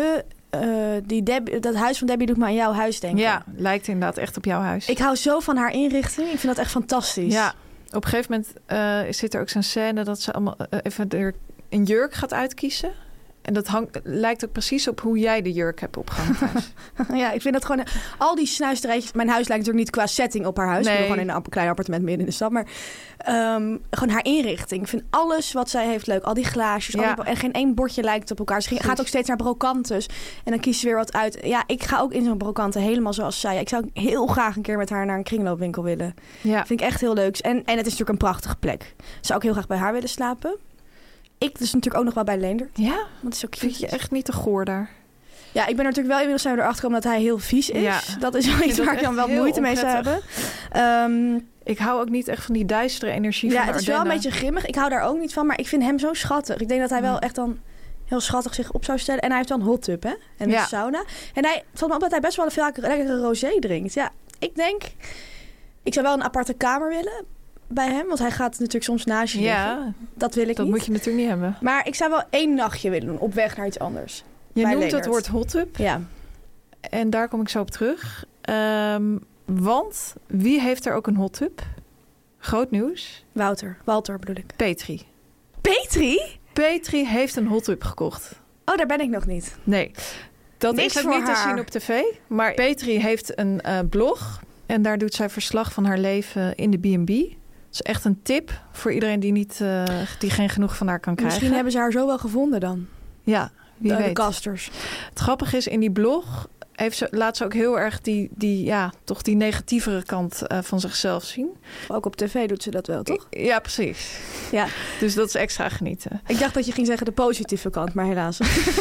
dat huis van Debbie doet me aan jouw huis denken. Ja, lijkt inderdaad echt op jouw huis. Ik hou zo van haar inrichting. Ik vind dat echt fantastisch. Ja, op een gegeven moment zit er ook zo'n scène... dat ze allemaal even een jurk gaat uitkiezen. En dat lijkt ook precies op hoe jij de jurk hebt opgehangen thuis. Ja, ik vind dat gewoon... Al die snuisterijtjes... Mijn huis lijkt natuurlijk niet qua setting op haar huis. Nee. Ik ben gewoon in een klein appartement midden in de stad. Maar gewoon haar inrichting. Ik vind alles wat zij heeft leuk. Al die glaasjes. En geen één bordje lijkt op elkaar. Ze gaat ook steeds naar brocantes. En dan kiest ze weer wat uit. Ja, ik ga ook in zo'n brocante helemaal zoals zij. Ik zou heel graag een keer met haar naar een kringloopwinkel willen. Ja. Vind ik echt heel leuk. En het is natuurlijk een prachtige plek. Zou ik heel graag bij haar willen slapen. Ik dus natuurlijk ook nog wel bij Leender. Ja? Want is ook vind je echt niet te goor daar? Ja, ik ben natuurlijk wel inmiddels zijn we erachter gekomen dat hij heel vies is. Ja. Dat is wel iets waar ik dan wel moeite mee zou hebben. Ik hou ook niet echt van die duistere energie van de Ardennen. Ja, het is wel een beetje grimmig. Ik hou daar ook niet van, maar ik vind hem zo schattig. Ik denk dat hij wel echt dan heel schattig zich op zou stellen. En hij heeft dan een hot tub, hè? En een sauna. En hij valt me op dat hij best wel een lekkere rosé drinkt. Ja, ik denk... Ik zou wel een aparte kamer willen bij hem, want hij gaat natuurlijk soms naast je liggen. Dat wil ik niet. Dat moet je natuurlijk niet hebben. Maar ik zou wel 1 nachtje willen doen, op weg naar iets anders. Je noemt het woord hot tub. Ja. En daar kom ik zo op terug. Want wie heeft er ook een hot tub? Groot nieuws. Walter bedoel ik. Petri. Petri heeft een hot tub gekocht. Oh, daar ben ik nog niet. Nee. Dat is ook niet te zien op tv. Maar Petri heeft een blog. En daar doet zij verslag van haar leven in de B&B. Dat is echt een tip voor iedereen die geen genoeg van haar kan krijgen. Misschien hebben ze haar zo wel gevonden dan. Ja, wie weet. De casters. Het grappige is, in die blog laat ze ook heel erg die negatievere kant van zichzelf zien. Ook op tv doet ze dat wel, toch? Ja, precies. Ja. Dus dat is extra genieten. Ik dacht dat je ging zeggen de positieve kant, maar helaas.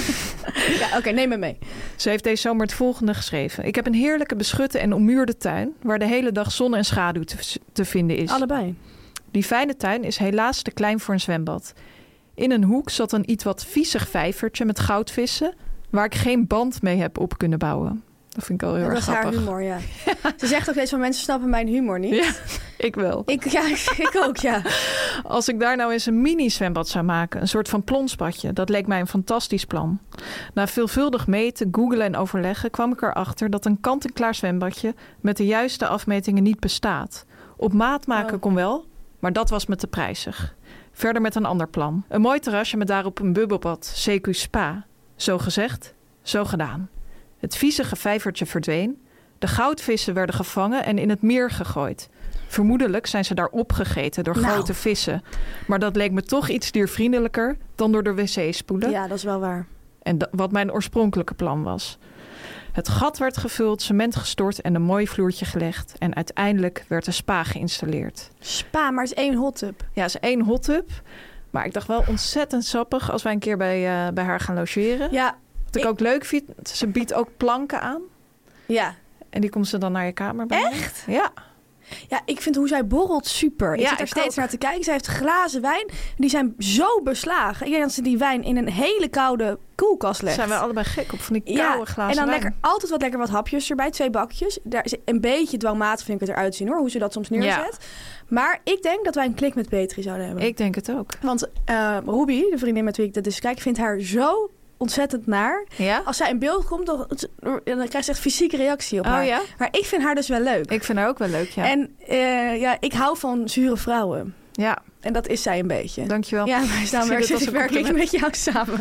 Oké, neem me mee. Ze heeft deze zomer het volgende geschreven. Ik heb een heerlijke beschutte en ommuurde tuin waar de hele dag zon en schaduw te vinden is. Allebei. Die fijne tuin is helaas te klein voor een zwembad. In een hoek zat een iets wat viezig vijvertje met goudvissen waar ik geen band mee heb op kunnen bouwen. Dat vind ik al heel erg grappig. Dat is haar humor, ja. Ze zegt ook steeds van mensen snappen mijn humor niet. Ja, ik wel. Ik ook, ja. Als ik daar nou eens een mini-zwembad zou maken, een soort van plonsbadje, dat leek mij een fantastisch plan. Na veelvuldig meten, googlen en overleggen kwam ik erachter dat een kant-en-klaar zwembadje met de juiste afmetingen niet bestaat. Op maat maken kon wel, maar dat was me te prijzig. Verder met een ander plan. Een mooi terrasje met daarop een bubbelbad, CQ Spa. Zo gezegd, zo gedaan. Het viezige vijvertje verdween. De goudvissen werden gevangen en in het meer gegooid. Vermoedelijk zijn ze daar opgegeten door grote vissen. Maar dat leek me toch iets diervriendelijker dan door de wc spoelen. Ja, dat is wel waar. En wat mijn oorspronkelijke plan was. Het gat werd gevuld, cement gestort en een mooi vloertje gelegd. En uiteindelijk werd de spa geïnstalleerd. Spa, maar het is 1 hot tub. Ja, het is 1 hot tub. Maar ik dacht wel ontzettend sappig als wij een keer bij haar gaan logeren. Ja. Wat ik ook leuk vind, ze biedt ook planken aan. Ja. En die komt ze dan naar je kamer brengen. Echt? Ja. Ja, ik vind hoe zij borrelt super. Ik zit er steeds naar te kijken. Zij heeft glazen wijn. Die zijn zo beslagen. Ik denk dat ze die wijn in een hele koude koelkast legt. Zijn we allebei gek op van die koude glazen en dan wijn. altijd wat hapjes erbij. 2 bakjes. Daar is een beetje dwangmatig vind ik het eruit zien hoor. Hoe ze dat soms neerzet. Ja. Maar ik denk dat wij een klik met Petri zouden hebben. Ik denk het ook. Want Ruby, de vriendin met wie ik dat dus kijk, vindt haar zo ontzettend naar. Ja? Als zij in beeld komt, dan krijgt ze echt fysieke reactie op haar. Ja? Maar ik vind haar dus wel leuk. Ik vind haar ook wel leuk, ja. En ik hou van zure vrouwen. Ja. En dat is zij een beetje. Dankjewel. Ja, maar dan werk ik met jou samen.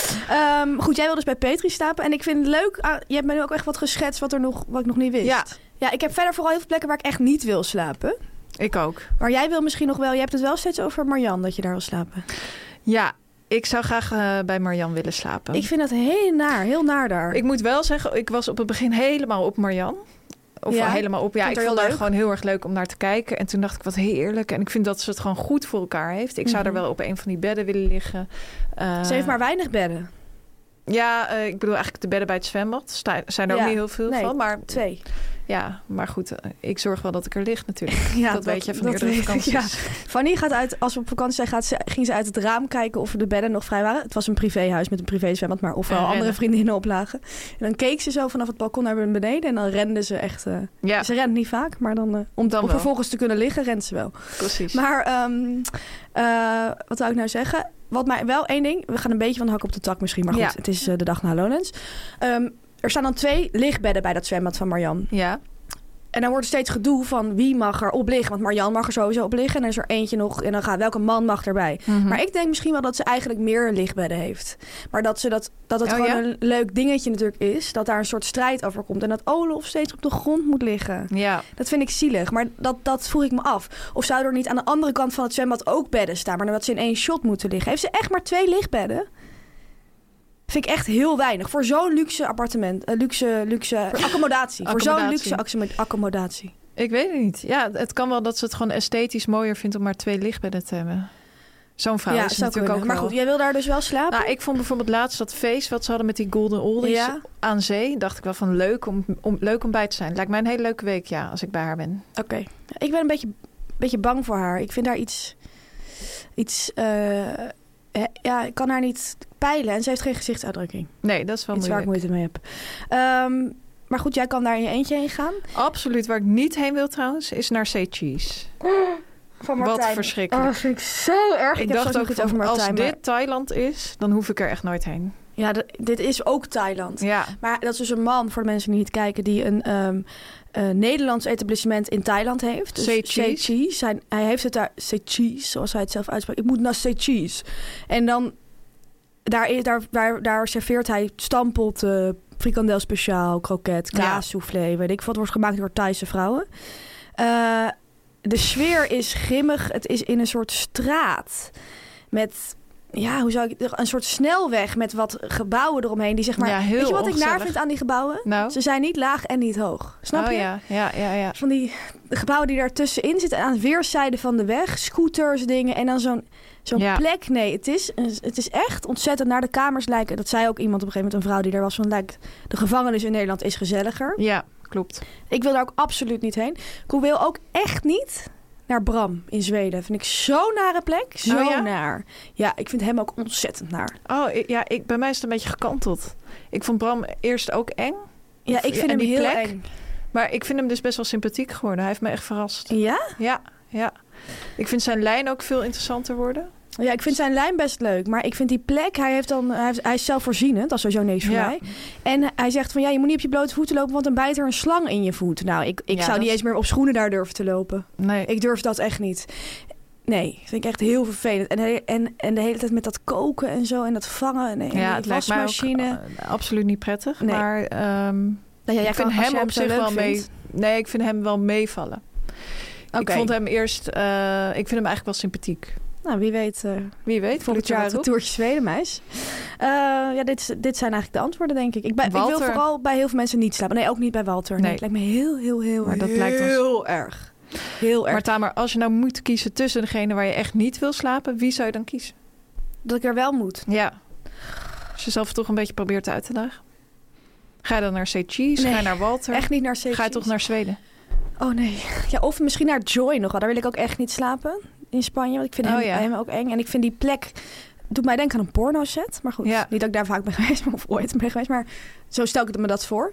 Goed, jij wil dus bij Petri slapen. En ik vind het leuk, je hebt mij nu ook echt wat geschetst wat ik nog niet wist. Ja, ik heb verder vooral heel veel plekken waar ik echt niet wil slapen. Ik ook. Maar jij wil misschien nog wel, je hebt het wel steeds over Marjan, dat je daar wil slapen. Ja, ik zou graag bij Marjan willen slapen. Ik vind dat heel naar daar. Ik moet wel zeggen, ik was op het begin helemaal op Marjan. Helemaal op. Ja, ik vond haar gewoon heel erg leuk om naar te kijken. En toen dacht ik, wat heerlijk. En ik vind dat ze het gewoon goed voor elkaar heeft. Ik zou er wel op een van die bedden willen liggen. Ze heeft maar weinig bedden. Ja, ik bedoel eigenlijk de bedden bij het zwembad. Zijn er ook niet heel veel van. Maar 2. Ja, maar goed, ik zorg wel dat ik er lig natuurlijk. Ja, dat weet je van eerdere vakanties. Ja. Fanny gaat uit, als we op vakantie zijn, ging ze uit het raam kijken of de bedden nog vrij waren. Het was een privéhuis met een privézwembad, maar ofwel andere vriendinnen oplagen. En dan keek ze zo vanaf het balkon naar beneden en dan rende ze echt. Ze rent niet vaak, maar dan om vervolgens te kunnen liggen, rent ze wel. Precies. Maar wat zou ik nou zeggen? Wat mij wel één ding, we gaan een beetje van de hak op de tak misschien, maar goed, het is de dag na Lowlands. Er staan dan 2 lichtbedden bij dat zwembad van Marjan. Ja. En dan wordt er steeds gedoe van wie mag er op liggen. Want Marjan mag er sowieso op liggen. En er is er eentje nog. En dan gaat welke man mag erbij. Mm-hmm. Maar ik denk misschien wel dat ze eigenlijk meer lichtbedden heeft. Maar dat het gewoon een leuk dingetje natuurlijk is. Dat daar een soort strijd over komt. En dat Olof steeds op de grond moet liggen. Ja. Dat vind ik zielig. Maar dat vroeg ik me af. Of zouden er niet aan de andere kant van het zwembad ook bedden staan. Maar dan dat ze in 1 shot moeten liggen. Heeft ze echt maar 2 lichtbedden? Vind ik echt heel weinig. Voor zo'n luxe appartement. Luxe accommodatie. Voor zo'n luxe accommodatie. Ik weet het niet. Ja, het kan wel dat ze het gewoon esthetisch mooier vindt om maar 2 lichtbedden te hebben. Zo'n vrouw is natuurlijk ook Maar goed, jij wil daar dus wel slapen? Nou, ik vond bijvoorbeeld laatst dat feest wat ze hadden met die Golden Oldies aan zee. Dacht ik wel van leuk om bij te zijn. Lijkt mij een hele leuke week, als ik bij haar ben. Oké. Ik ben een beetje bang voor haar. Ik vind haar iets ik kan haar niet peilen. En ze heeft geen gezichtsuitdrukking. Nee, dat is wel iets moeilijk. waar ik moeite mee heb. Maar goed, jij kan daar in je eentje heen gaan. Absoluut. Waar ik niet heen wil trouwens, is naar Say Cheese. Van Martijn. Wat verschrikkelijk. Dat vind ik zo erg. Ik dacht ook, over Martijn, als dit Thailand is, dan hoef ik er echt nooit heen. Ja, dit is ook Thailand. Ja. Maar dat is dus een man, voor de mensen die niet kijken, die een Nederlands etablissement in Thailand heeft. Dus Say Cheese. Hij heeft het daar, Say Cheese, zoals hij het zelf uitspreekt. Ik moet naar Say Cheese. En dan, daar serveert hij stampot, frikandel speciaal, kroket, kaas, soufflé. Weet ik wat wordt gemaakt door Thaise vrouwen. De sfeer is grimmig. Het is in een soort straat met hoe zou ik... Een soort snelweg met wat gebouwen eromheen. Die zeg maar... heel weet je wat ongezellig. ik naar vind aan die gebouwen? Nou? Ze zijn niet laag en niet hoog. Snap je? Ja. Van die gebouwen die daar tussenin zitten. Aan weerszijden van de weg. Scooters, dingen. En dan zo'n plek. Nee, het is echt ontzettend naar de kamers lijken. Dat zei ook iemand op een gegeven moment. Een vrouw die daar was van... lijkt de gevangenis in Nederland is gezelliger. Ja, klopt. Ik wil daar ook absoluut niet heen. Ik wil ook echt niet... naar Bram in Zweden. Vind ik zo'n nare plek. Zo naar. Ja, ik vind hem ook ontzettend naar. Bij mij is het een beetje gekanteld. Ik vond Bram eerst ook eng. Ja, ik vind hem heel eng. Maar ik vind hem dus best wel sympathiek geworden. Hij heeft me echt verrast. Ja? Ja. Ik vind zijn lijn ook veel interessanter worden. Ja, ik vind zijn lijn best leuk. Maar ik vind die plek... Hij is zelfvoorzienend. Dat is sowieso niks voor mij. En hij zegt van... je moet niet op je blote voeten lopen... want dan bijt er een slang in je voet. Nou, ik zou niet eens meer op schoenen daar durven te lopen. Nee. Ik durf dat echt niet. Nee, vind ik echt heel vervelend. En de hele tijd met dat koken en zo... en dat vangen. Nee, het lijkt mij ook absoluut niet prettig. Nee. Maar ik vind hem op zich wel mee... Nee, ik vind hem wel meevallen. Okay. Ik vond hem eerst... ik vind hem eigenlijk wel sympathiek. Nou, wie weet. Volgend jaar een toertje Zweden, meis. Dit zijn eigenlijk de antwoorden, denk ik. Ik wil vooral bij heel veel mensen niet slapen. Nee, ook niet bij Walter. Nee, het lijkt me heel erg. Heel erg. Maar Tamer, als je nou moet kiezen tussen degene waar je echt niet wil slapen... wie zou je dan kiezen? Dat ik er wel moet. Ja. Als je jezelf toch een beetje probeert uit te dagen. Ga je dan naar Seychelles? Nee, ga je naar Walter? Echt niet naar Seychelles. Ga je toch naar Zweden? Oh nee. Ja, of misschien naar Joy nog. Daar wil ik ook echt niet slapen. In Spanje, want ik vind hem ook eng. En ik vind die plek... doet mij denken aan een porno-set. Maar goed, niet dat ik daar vaak ben geweest... of ooit ben geweest. Maar zo stel ik me dat voor.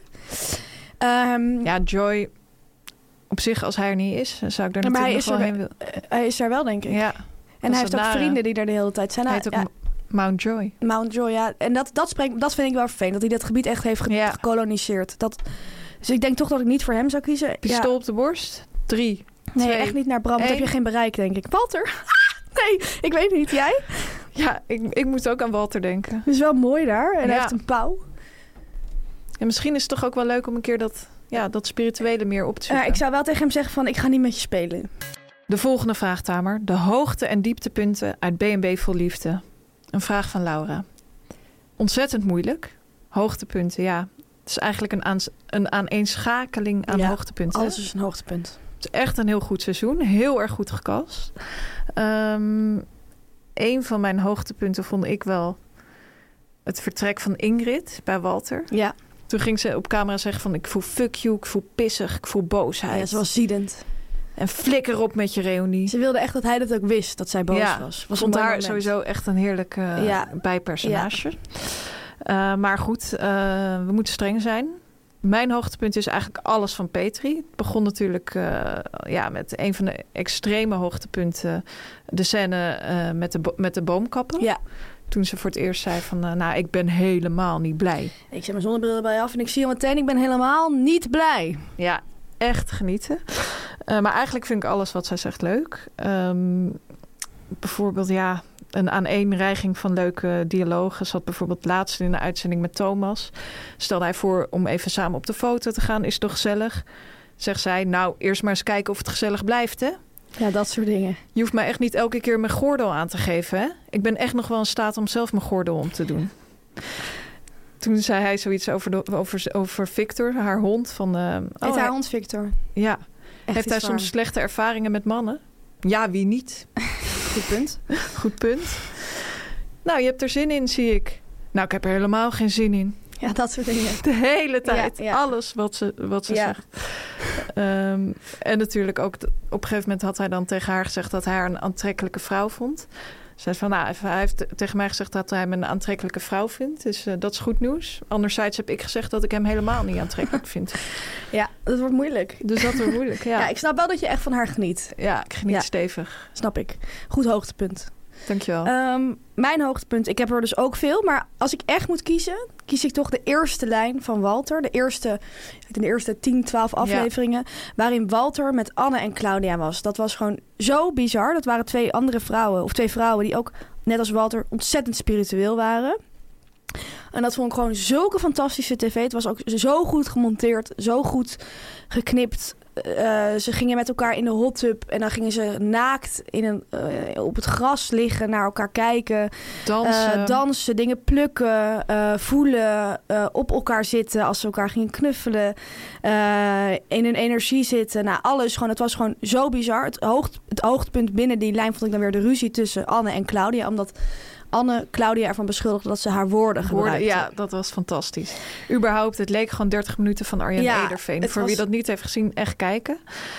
Joy... Op zich, als hij er niet is... zou ik daar natuurlijk nog wel heen willen. Hij is er wel, denk ik. Ja. En hij heeft ook vrienden die er de hele tijd zijn. Hij heet ook Mount Joy. Mount Joy, ja. En dat vind ik wel vervelend. Dat hij dat gebied echt heeft gekoloniseerd. Dus ik denk toch dat ik niet voor hem zou kiezen. Pistool op de borst. 3, Nee, 2, echt niet naar Bram. Dan heb je geen bereik, denk ik. Walter? Nee, ik weet niet. Jij? Ja, ik moet ook aan Walter denken. Het is wel mooi daar. En hij heeft een pauw. En misschien is het toch ook wel leuk om een keer dat spirituele meer op te zoeken. Ik zou wel tegen hem zeggen van, ik ga niet met je spelen. De volgende vraag, Tamer. De hoogte- en dieptepunten uit B&B Vol Liefde. Een vraag van Laura. Ontzettend moeilijk. Hoogtepunten, ja. Het is eigenlijk een aaneenschakeling aan hoogtepunten. Alles is een hoogtepunt. Het is echt een heel goed seizoen. Heel erg goed gecast. Een van mijn hoogtepunten vond ik wel het vertrek van Ingrid bij Walter. Ja. Toen ging ze op camera zeggen van... ik voel fuck you, ik voel pissig, ik voel boosheid. Ja, ze was ziedend. En flikker op met je Reunie. Ze wilde echt dat hij dat ook wist, dat zij boos was. Was vond haar sowieso echt een heerlijk bijpersonage. Ja. Maar goed, we moeten streng zijn. Mijn hoogtepunt is eigenlijk alles van Petri. Het begon natuurlijk met een van de extreme hoogtepunten. De scène met de boomkappen. Ja. Toen ze voor het eerst zei van... ik ben helemaal niet blij. Ik zet mijn zonnebril erbij af en ik zie al meteen... ik ben helemaal niet blij. Ja, echt genieten. Maar eigenlijk vind ik alles wat zij zegt leuk. Bijvoorbeeld, een aaneenreiging van leuke dialogen. Zat bijvoorbeeld laatst in een uitzending met Thomas. Stelde hij voor om even samen op de foto te gaan. Is het toch gezellig? Zegt zij, nou, eerst maar eens kijken of het gezellig blijft, hè? Ja, dat soort dingen. Je hoeft mij echt niet elke keer mijn gordel aan te geven, hè? Ik ben echt nog wel in staat om zelf mijn gordel om te doen. Toen zei hij zoiets over Victor, haar hond. Heet haar hond Victor? Ja. Heeft hij soms slechte ervaringen met mannen? Ja, wie niet? Goed punt. Goed punt. Nou, je hebt er zin in, zie ik. Nou, ik heb er helemaal geen zin in. Ja, dat soort dingen. De hele tijd. Ja. Alles wat ze zegt. En natuurlijk ook... Op een gegeven moment had hij dan tegen haar gezegd... dat hij haar een aantrekkelijke vrouw vond. Ze zei van, hij heeft tegen mij gezegd... dat hij me een aantrekkelijke vrouw vindt. Dus dat is goed nieuws. Anderzijds heb ik gezegd... dat ik hem helemaal niet aantrekkelijk vind. Ja, dat wordt moeilijk. Dus dat wordt moeilijk, ja. Ja, ik snap wel dat je echt van haar geniet. Ja, ik geniet stevig. Snap ik. Goed hoogtepunt. Dankjewel. Mijn hoogtepunt, ik heb er dus ook veel. Maar als ik echt moet kiezen, kies ik toch de eerste lijn van Walter. De eerste 10, 12 afleveringen. Ja. Waarin Walter met Anne en Claudia was. Dat was gewoon zo bizar. Dat waren twee vrouwen die ook, net als Walter, ontzettend spiritueel waren. En dat vond ik gewoon zulke fantastische tv. Het was ook zo goed gemonteerd, zo goed geknipt. ze gingen met elkaar in de hot tub en dan gingen ze naakt op het gras liggen, naar elkaar kijken. Dansen, dingen plukken, voelen, op elkaar zitten als ze elkaar gingen knuffelen. In hun energie zitten. Nou, alles gewoon. Het was gewoon zo bizar. Het hoogtepunt binnen die lijn vond ik dan weer de ruzie tussen Anne en Claudia, omdat Anne Claudia ervan beschuldigde dat ze haar woorden gebruikte. Ja, dat was fantastisch. Überhaupt, het leek gewoon 30 minuten van Arjen Ederveen. Voor wie dat niet heeft gezien, echt kijken.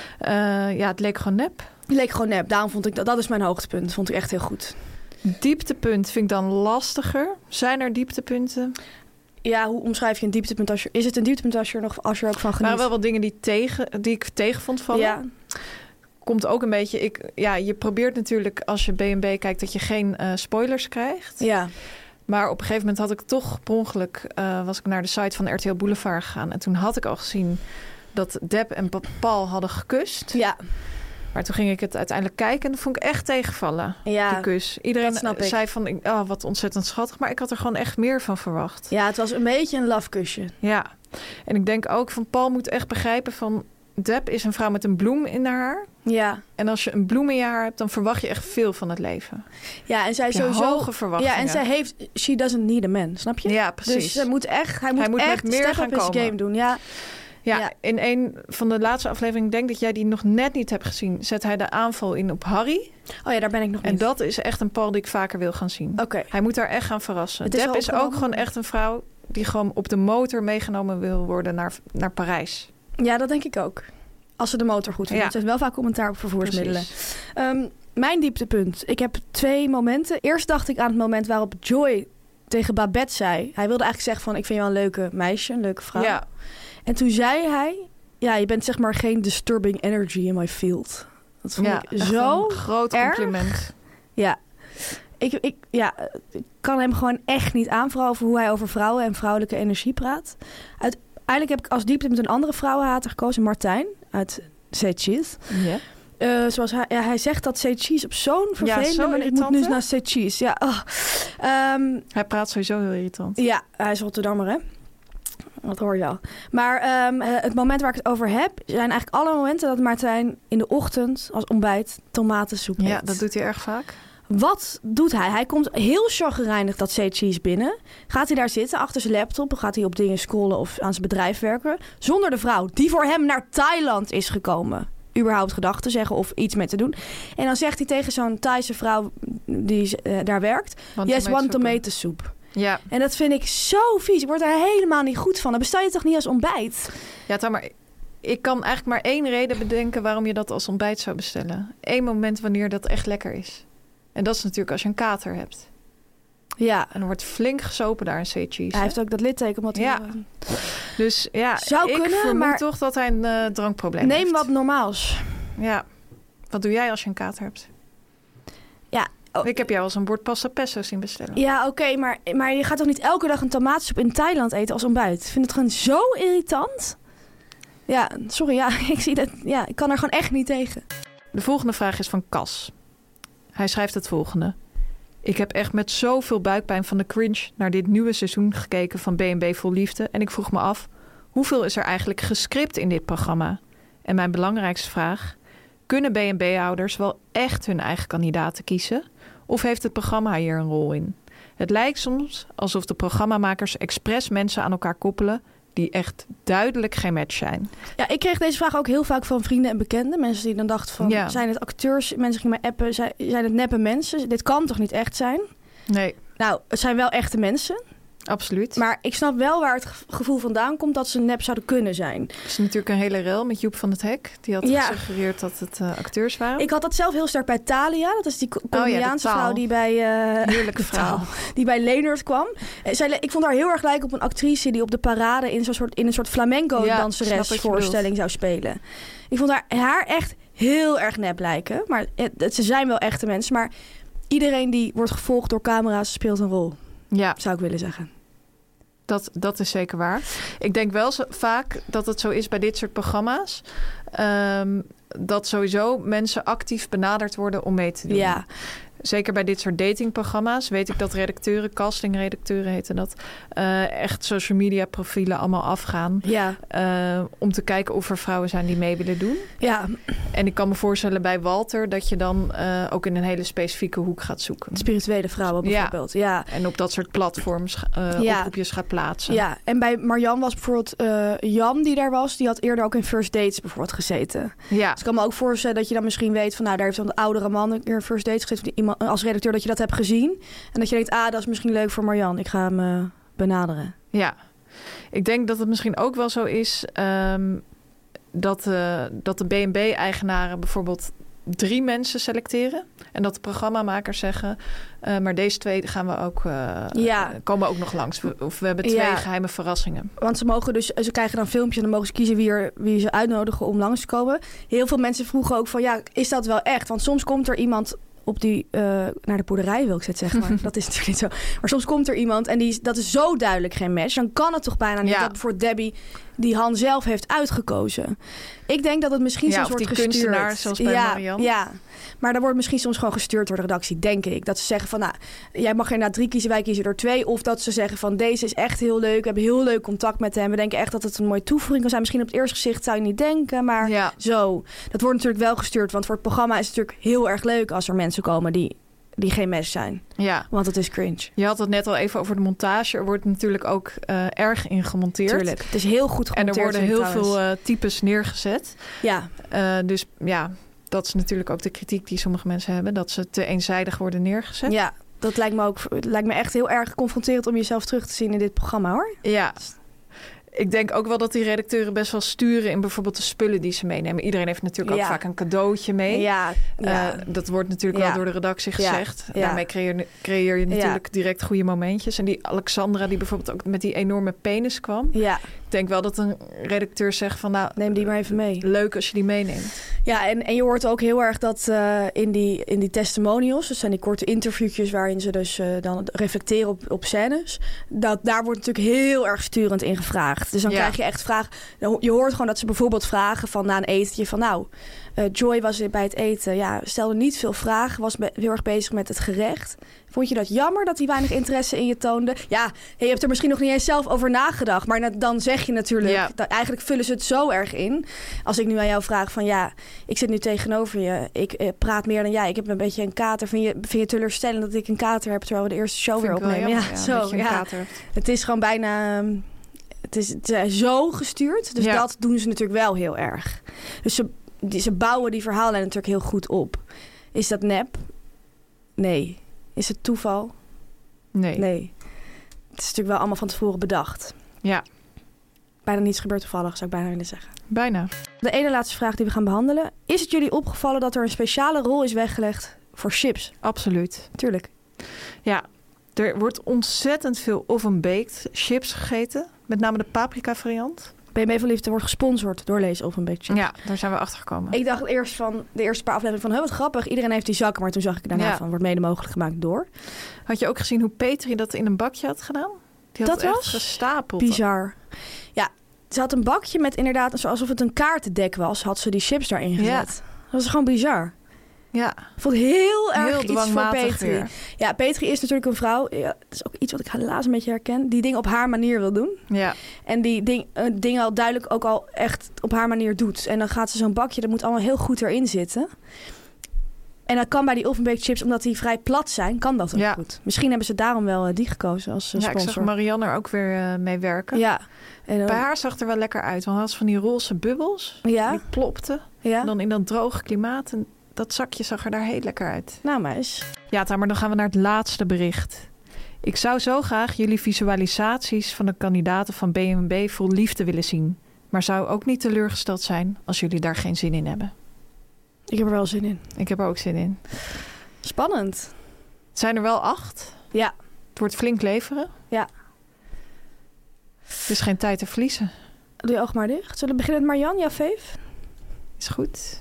Het leek gewoon nep. Het leek gewoon nep. Daarom vond ik dat is mijn hoogtepunt. Vond ik echt heel goed. Dieptepunt vind ik dan lastiger. Zijn er dieptepunten? Ja, hoe omschrijf je een dieptepunt? Is het een dieptepunt als je er ook van geniet? Er waren wel wat dingen die ik tegen vond vallen. Ja. Komt ook een beetje... je probeert natuurlijk als je B&B kijkt dat je geen spoilers krijgt. Ja. Maar op een gegeven moment had ik toch per ongeluk... was ik naar de site van RTL Boulevard gegaan. En toen had ik al gezien dat Deb en Paul hadden gekust. Ja. Maar toen ging ik het uiteindelijk kijken en dat vond ik echt tegenvallen. Ja, die kus. Iedereen zei van, wat ontzettend schattig. Maar ik had er gewoon echt meer van verwacht. Ja, het was een beetje een lafkusje. Ja. En ik denk ook van Paul moet echt begrijpen van... Deb is een vrouw met een bloem in haar haar. Ja. En als je een bloem in je haar hebt, dan verwacht je echt veel van het leven. Ja, en zij sowieso hoge verwachtingen. Ja, en zij heeft... She doesn't need a man, snap je? Ja, precies. Dus hij moet echt meer gaan komen. Game doen, ja. Ja, in een van de laatste afleveringen, denk dat jij die nog net niet hebt gezien, zet hij de aanval in op Harry. Oh ja, daar ben ik nog niet. En dat is echt een Paul die ik vaker wil gaan zien. Oké. Hij moet daar echt gaan verrassen. Deb is ook gewoon echt een vrouw die gewoon op de motor meegenomen wil worden naar Parijs. Ja, dat denk ik ook. Als ze de motor goed vindt. Ja. Ze heeft wel vaak commentaar op vervoersmiddelen. Mijn dieptepunt. Ik heb 2 momenten. Eerst dacht ik aan het moment waarop Joy tegen Babette zei. Hij wilde eigenlijk zeggen van, ik vind jou een leuke meisje, een leuke vrouw. Ja. En toen zei hij, je bent zeg maar geen disturbing energy in my field. Dat vond ik zo een groot compliment. Ja. Ik kan hem gewoon echt niet aan, vooral over hoe hij over vrouwen en vrouwelijke energie praat. Uiteindelijk heb ik als dieptepunt een andere vrouwenhater gekozen, Martijn uit Say Cheese. Ja. Zoals hij zegt dat Say Cheese op zo'n vervelende manier... Ik moet nu naar Say Cheese. Ja, hij praat sowieso heel irritant. Ja, hij is Rotterdammer, hè? Dat hoor je al. Maar het moment waar ik het over heb... zijn eigenlijk alle momenten dat Martijn in de ochtend als ontbijt tomatensoep eet. Ja, dat doet hij erg vaak. Wat doet hij? Hij komt heel chagrijnig dat Say Cheese binnen. Gaat hij daar zitten achter zijn laptop? Gaat hij op dingen scrollen of aan zijn bedrijf werken? Zonder de vrouw die voor hem naar Thailand is gekomen. Überhaupt gedacht te zeggen of iets mee te doen. En dan zegt hij tegen zo'n Thaise vrouw die daar werkt... Yes, one tomatensoep. Ja. En dat vind ik zo vies. Ik word daar helemaal niet goed van. Dat bestel je toch niet als ontbijt? Ja, maar ik kan eigenlijk maar 1 reden bedenken... waarom je dat als ontbijt zou bestellen. 1 moment wanneer dat echt lekker is. En dat is natuurlijk als je een kater hebt. Ja. En er wordt flink gesopen daar in Say Cheese. Hij heeft ook dat litteken. Wat Dus ja, zou ik kunnen, vermoed maar toch dat hij een drankprobleem heeft. Neem wat normaals. Ja. Wat doe jij als je een kater hebt? Ja. Ik heb jou als een bord pasta pesto zien bestellen. Ja, oké, maar je gaat toch niet elke dag een tomatensoep in Thailand eten als ontbijt? Ik vind het gewoon zo irritant. Ja, sorry, ik zie dat. Ja, ik kan er gewoon echt niet tegen. De volgende vraag is van Cas. Hij schrijft het volgende. Ik heb echt met zoveel buikpijn van de cringe naar dit nieuwe seizoen gekeken van B&B Vol Liefde. En ik vroeg me af, hoeveel is er eigenlijk gescript in dit programma? En mijn belangrijkste vraag, kunnen B&B-houders wel echt hun eigen kandidaten kiezen? Of heeft het programma hier een rol in? Het lijkt soms alsof de programmamakers expres mensen aan elkaar koppelen die echt duidelijk geen match zijn. Ja, ik kreeg deze vraag ook heel vaak van vrienden en bekenden. Mensen die dan dachten van, zijn het acteurs? Mensen gingen mij appen, zijn het neppe mensen? Dit kan toch niet echt zijn? Nee. Nou, het zijn wel echte mensen. Absoluut. Maar ik snap wel waar het gevoel vandaan komt dat ze nep zouden kunnen zijn. Het is natuurlijk een hele rel met Joep van het Hek. Die had gesuggereerd dat het acteurs waren. Ik had dat zelf heel sterk bij Thalia. Dat is die Colombiaanse vrouw die bij... Heerlijke vrouw. Die bij Leendert kwam. Ik vond haar heel erg lijken op een actrice die op de parade in een soort flamenco-danseres voorstelling zou spelen. Ik vond haar echt heel erg nep lijken. Maar ze zijn wel echte mensen. Maar iedereen die wordt gevolgd door camera's speelt een rol. Ja. Zou ik willen zeggen. Dat is zeker waar. Ik denk wel vaak dat het zo is bij dit soort programma's. Dat sowieso mensen actief benaderd worden om mee te doen. Ja. zeker bij dit soort datingprogramma's weet ik dat redacteuren, castingredacteuren heten dat, echt social media profielen allemaal afgaan. Ja. Om te kijken of er vrouwen zijn die mee willen doen. Ja. En ik kan me voorstellen bij Walter dat je dan ook in een hele specifieke hoek gaat zoeken. Spirituele vrouwen bijvoorbeeld. Ja. En op dat soort platforms oproepjes gaat plaatsen. Ja, en bij Marjan was bijvoorbeeld Jan die daar was, die had eerder ook in First Dates bijvoorbeeld gezeten. Ja. Dus ik kan me ook voorstellen dat je dan misschien weet van, nou, daar heeft dan een oudere man een keer First Dates gezeten, iemand als redacteur, dat je dat hebt gezien. En dat je denkt, dat is misschien leuk voor Marjan. Ik ga hem benaderen. Ja, ik denk dat het misschien ook wel zo is dat de B&B-eigenaren bijvoorbeeld 3 mensen selecteren. En dat de programmamakers zeggen, maar deze 2 gaan we ook, komen ook nog langs. Of we hebben 2 geheime verrassingen. Want ze krijgen dan filmpjes en dan mogen ze kiezen wie ze uitnodigen om langs te komen. Heel veel mensen vroegen ook van, is dat wel echt? Want soms komt er iemand op die naar de boerderij, wil ik het zeggen, maar dat is natuurlijk niet zo. Maar soms komt er iemand en dat is zo duidelijk geen match. Dan kan het toch bijna niet dat bijvoorbeeld Debbie die Han zelf heeft uitgekozen. Ik denk dat het misschien soms wordt gestuurd. Kunstenaar, zoals bij Marianne. Ja, maar dan wordt misschien soms gewoon gestuurd door de redactie, denk ik. Dat ze zeggen van, jij mag er inderdaad 3 kiezen, wij kiezen er 2. Of dat ze zeggen van, deze is echt heel leuk. We hebben heel leuk contact met hem. We denken echt dat het een mooie toevoeging kan zijn. Misschien op het eerste gezicht zou je niet denken, maar zo. Dat wordt natuurlijk wel gestuurd, want voor het programma is het natuurlijk heel erg leuk als er mensen komen die geen match zijn. Ja. Want het is cringe. Je had het net al even over de montage. Er wordt natuurlijk ook erg in gemonteerd. Tuurlijk. Het is heel goed gemonteerd. En er worden heel veel types neergezet. Ja. Dus ja, dat is natuurlijk ook de kritiek die sommige mensen hebben. Dat ze te eenzijdig worden neergezet. Ja, dat lijkt me echt heel erg confronterend om jezelf terug te zien in dit programma, hoor. Ja. Ik denk ook wel dat die redacteuren best wel sturen in bijvoorbeeld de spullen die ze meenemen. Iedereen heeft natuurlijk ook vaak een cadeautje mee. Ja. Dat wordt natuurlijk wel door de redactie gezegd. Ja. Daarmee creëer je natuurlijk direct goede momentjes. En die Alexandra die bijvoorbeeld ook met die enorme penis kwam. Ja. Ik denk wel dat een redacteur zegt van, nou, neem die maar even mee. Leuk als je die meeneemt. Ja, en je hoort ook heel erg dat in die testimonials, dat zijn die korte interviewtjes waarin ze dus dan reflecteren op scènes, daar wordt natuurlijk heel erg sturend in gevraagd. Dus dan krijg je echt vragen. Je hoort gewoon dat ze bijvoorbeeld vragen van na een etentje van, Joy was bij het eten. Stelde niet veel vragen, was heel erg bezig met het gerecht. Vond je dat jammer dat hij weinig interesse in je toonde? Ja, je hebt er misschien nog niet eens zelf over nagedacht. Maar dan zeg je natuurlijk, eigenlijk vullen ze het zo erg in. Als ik nu aan jou vraag van, ik zit nu tegenover je. Ik praat meer dan jij. Ik heb een beetje een kater. Vind je teleurstellend dat ik een kater heb terwijl we de eerste show weer opnemen? Het is gewoon bijna... Het is zo gestuurd. Dus dat doen ze natuurlijk wel heel erg. Dus ze bouwen die verhalen natuurlijk heel goed op. Is dat nep? Nee. Is het toeval? Nee. Het is natuurlijk wel allemaal van tevoren bedacht. Ja. Bijna niets gebeurt toevallig, zou ik bijna willen zeggen. Bijna. De ene laatste vraag die we gaan behandelen. Is het jullie opgevallen dat er een speciale rol is weggelegd voor chips? Absoluut. Tuurlijk. Ja, er wordt ontzettend veel oven-baked chips gegeten. Met name de paprika variant. B&B van Liefde wordt gesponsord door Lay's oven-baked chips. Ja, daar zijn we achter gekomen. Ik dacht eerst van de eerste paar afleveringen van, wat grappig. Iedereen heeft die zakken, maar toen zag ik daarna van, wordt mede mogelijk gemaakt door. Had je ook gezien hoe Petri dat in een bakje had gedaan? Die had dat echt gestapeld. Bizar. Ja, ze had een bakje met inderdaad, alsof het een kaartendek was, had ze die chips daarin gezet. Ja. Dat was gewoon bizar. Ja. Ik vond heel erg iets voor Petri. Weer. Ja, Petri is natuurlijk een vrouw. Ja, dat is ook iets wat ik helaas een beetje herken. Die dingen op haar manier wil doen. Ja. En die dingen al duidelijk ook al echt op haar manier doet. En dan gaat ze zo'n bakje, dat moet allemaal heel goed erin zitten. En dat kan bij die oven-baked chips, omdat die vrij plat zijn, kan dat ook goed. Misschien hebben ze daarom wel die gekozen als sponsor. Ja, ik zag Marianne er ook weer mee werken. Ja. En bij haar zag het er wel lekker uit. Want als van die roze bubbels, die plopten. Ja. En dan in dat droge klimaat. En dat zakje zag er daar heel lekker uit. Nou, meis. Ja, Tamer, dan gaan we naar het laatste bericht. Ik zou zo graag jullie visualisaties van de kandidaten van B&B Vol Liefde willen zien. Maar zou ook niet teleurgesteld zijn als jullie daar geen zin in hebben. Ik heb er wel zin in. Ik heb er ook zin in. Spannend. Het zijn er wel 8. Ja. Het wordt flink leveren. Ja. Het is geen tijd te verliezen. Doe je oog maar dicht. Zullen we beginnen met Marjan, jouw veef? Is goed.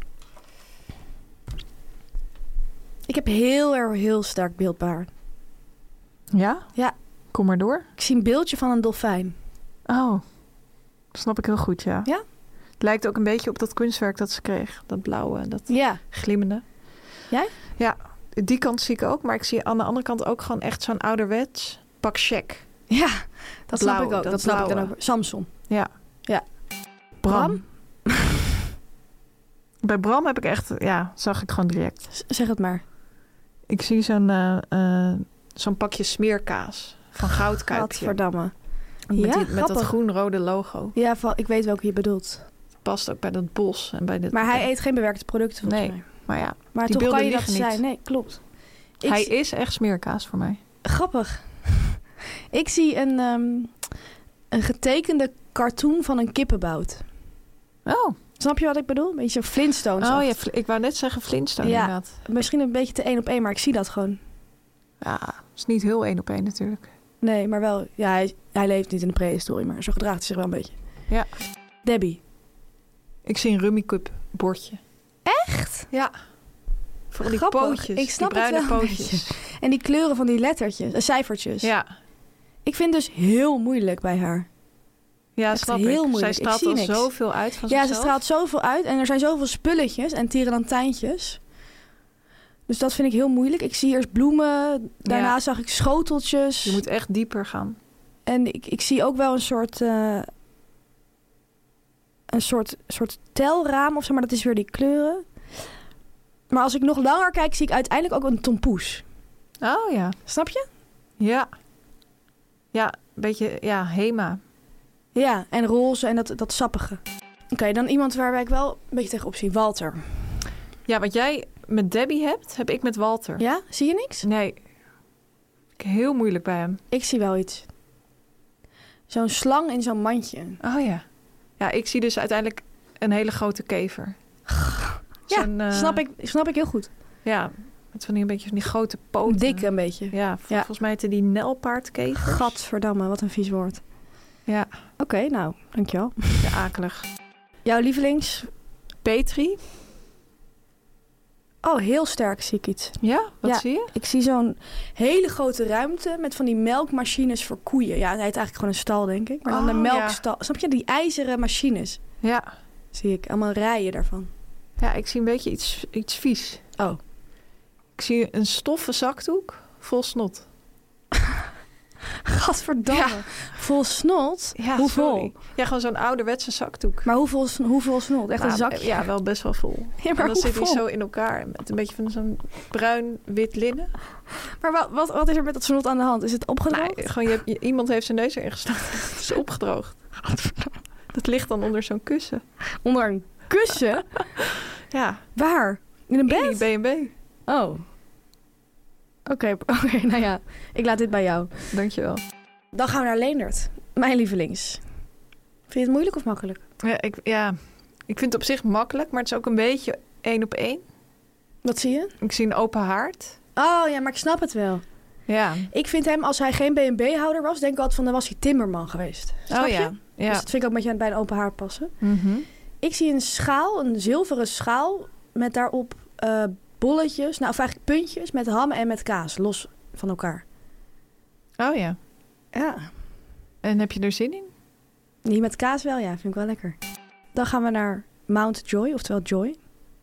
Ik heb heel sterk beeldbaar. Ja? Ja. Kom maar door. Ik zie een beeldje van een dolfijn. Oh, dat snap ik heel goed, ja. Ja? Het lijkt ook een beetje op dat kunstwerk dat ze kreeg. Dat blauwe, dat glimmende. Jij? Ja. Die kant zie ik ook. Maar ik zie aan de andere kant ook gewoon echt zo'n ouderwets pak check. Ja, dat snap blauwe, ik ook. Dat snap ik dan ook. Samson. Ja. Ja. Bram? Bij Bram heb ik echt... Ja, zag ik gewoon direct. Zeg het maar. Ik zie zo'n pakje smeerkaas van Goudkuipje. Gadverdamme. Met dat groen-rode logo. Ja, ik weet welke je bedoelt. Past ook bij dat bos. En bij maar hij eet geen bewerkte producten volgens mij. Maar ja, maar die toch kan je dat niet. zijn. Nee, klopt. Hij is echt smeerkaas voor mij. Grappig. Ik zie een getekende cartoon van een kippenbout. Oh. Snap je wat ik bedoel? Een beetje Flintstones. Oh ja, ik wou net zeggen Flintstones inderdaad. Misschien een beetje te 1-op-1, maar ik zie dat gewoon. Ja, is niet heel 1-op-1 natuurlijk. Nee, maar wel. Ja, hij leeft niet in de prehistorie, maar zo gedraagt hij zich wel een beetje. Ja. Debbie. Ik zie een Rummy Cup bordje. Echt? Ja. Vooral die pootjes. Ik snap die bruine het wel pootjes. En die kleuren van die lettertjes, cijfertjes. Ja. Ik vind dus heel moeilijk bij haar. Ja, echt snap heel ik. moeilijk. Zij straalt er zoveel uit van zichzelf. Ja, ze straalt zoveel uit. En er zijn zoveel spulletjes en tierenlantijntjes. Dus dat vind ik heel moeilijk. Ik zie eerst bloemen. Daarna zag ik schoteltjes. Je moet echt dieper gaan. En ik zie ook wel een soort telraam of zo. Maar dat is weer die kleuren. Maar als ik nog langer kijk, zie ik uiteindelijk ook een tompoes. Oh ja. Snap je? Ja. Ja, een beetje, Hema. Ja, en roze en dat sappige. Oké, dan iemand waar ik wel een beetje tegenop zie. Walter. Ja, wat jij met Debbie hebt, heb ik met Walter. Ja? Zie je niks? Nee. Heel moeilijk bij hem. Ik zie wel iets. Zo'n slang in zo'n mandje. Oh ja. Ja, ik zie dus uiteindelijk een hele grote kever. Ja, snap ik heel goed. Ja, met een beetje van die grote poten. Dik een beetje. Ja, volgens mij heette die nelpaardkever. Gadverdamme, wat een vies woord. Ja. Oké, nou, dankjewel. Ja, akelig. Jouw lievelings? Petri. Oh, heel sterk zie ik iets. Ja? Wat zie je? Ik zie zo'n hele grote ruimte met van die melkmachines voor koeien. Ja, hij heet eigenlijk gewoon een stal, denk ik. Maar dan de melkstal. Ja. Snap je? Die ijzeren machines. Ja. Zie ik. Allemaal rijen daarvan. Ja, ik zie een beetje iets vies. Oh. Ik zie een stoffen zakdoek vol snot. Gadverdamme. Ja. Vol snot? Ja, hoeveel? Sorry. Ja, gewoon zo'n ouderwetse zakdoek. Maar hoeveel snot? Echt een zakje? Ja, wel best wel vol. Ja, maar en dan zit hij zo in elkaar. Met een beetje van zo'n bruin-wit linnen. Maar wat is er met dat snot aan de hand? Is het opgedroogd? Nee, gewoon iemand heeft zijn neus erin gestoken. Het is opgedroogd. Dat ligt dan onder zo'n kussen. Onder een kussen? Ja. Waar? In een bed? In die B&B. Oh. Oké, nou ja. Ik laat dit bij jou. Dankjewel. Dan gaan we naar Leendert. Mijn lievelings. Vind je het moeilijk of makkelijk? Ik vind het op zich makkelijk, maar het is ook een beetje 1-op-1. Wat zie je? Ik zie een open haard. Oh ja, maar ik snap het wel. Ja. Ik vind hem, als hij geen B&B-houder was, denk ik altijd van, dan was hij timmerman geweest. Snap je? Ja. Dus dat vind ik ook met je bij een open haard passen. Mm-hmm. Ik zie een schaal, een zilveren schaal, met daarop bolletjes, of eigenlijk puntjes met ham en met kaas, los van elkaar. Oh ja. Ja. En heb je er zin in? Niet met kaas wel, ja. Vind ik wel lekker. Dan gaan we naar Mount Joy, oftewel Joy.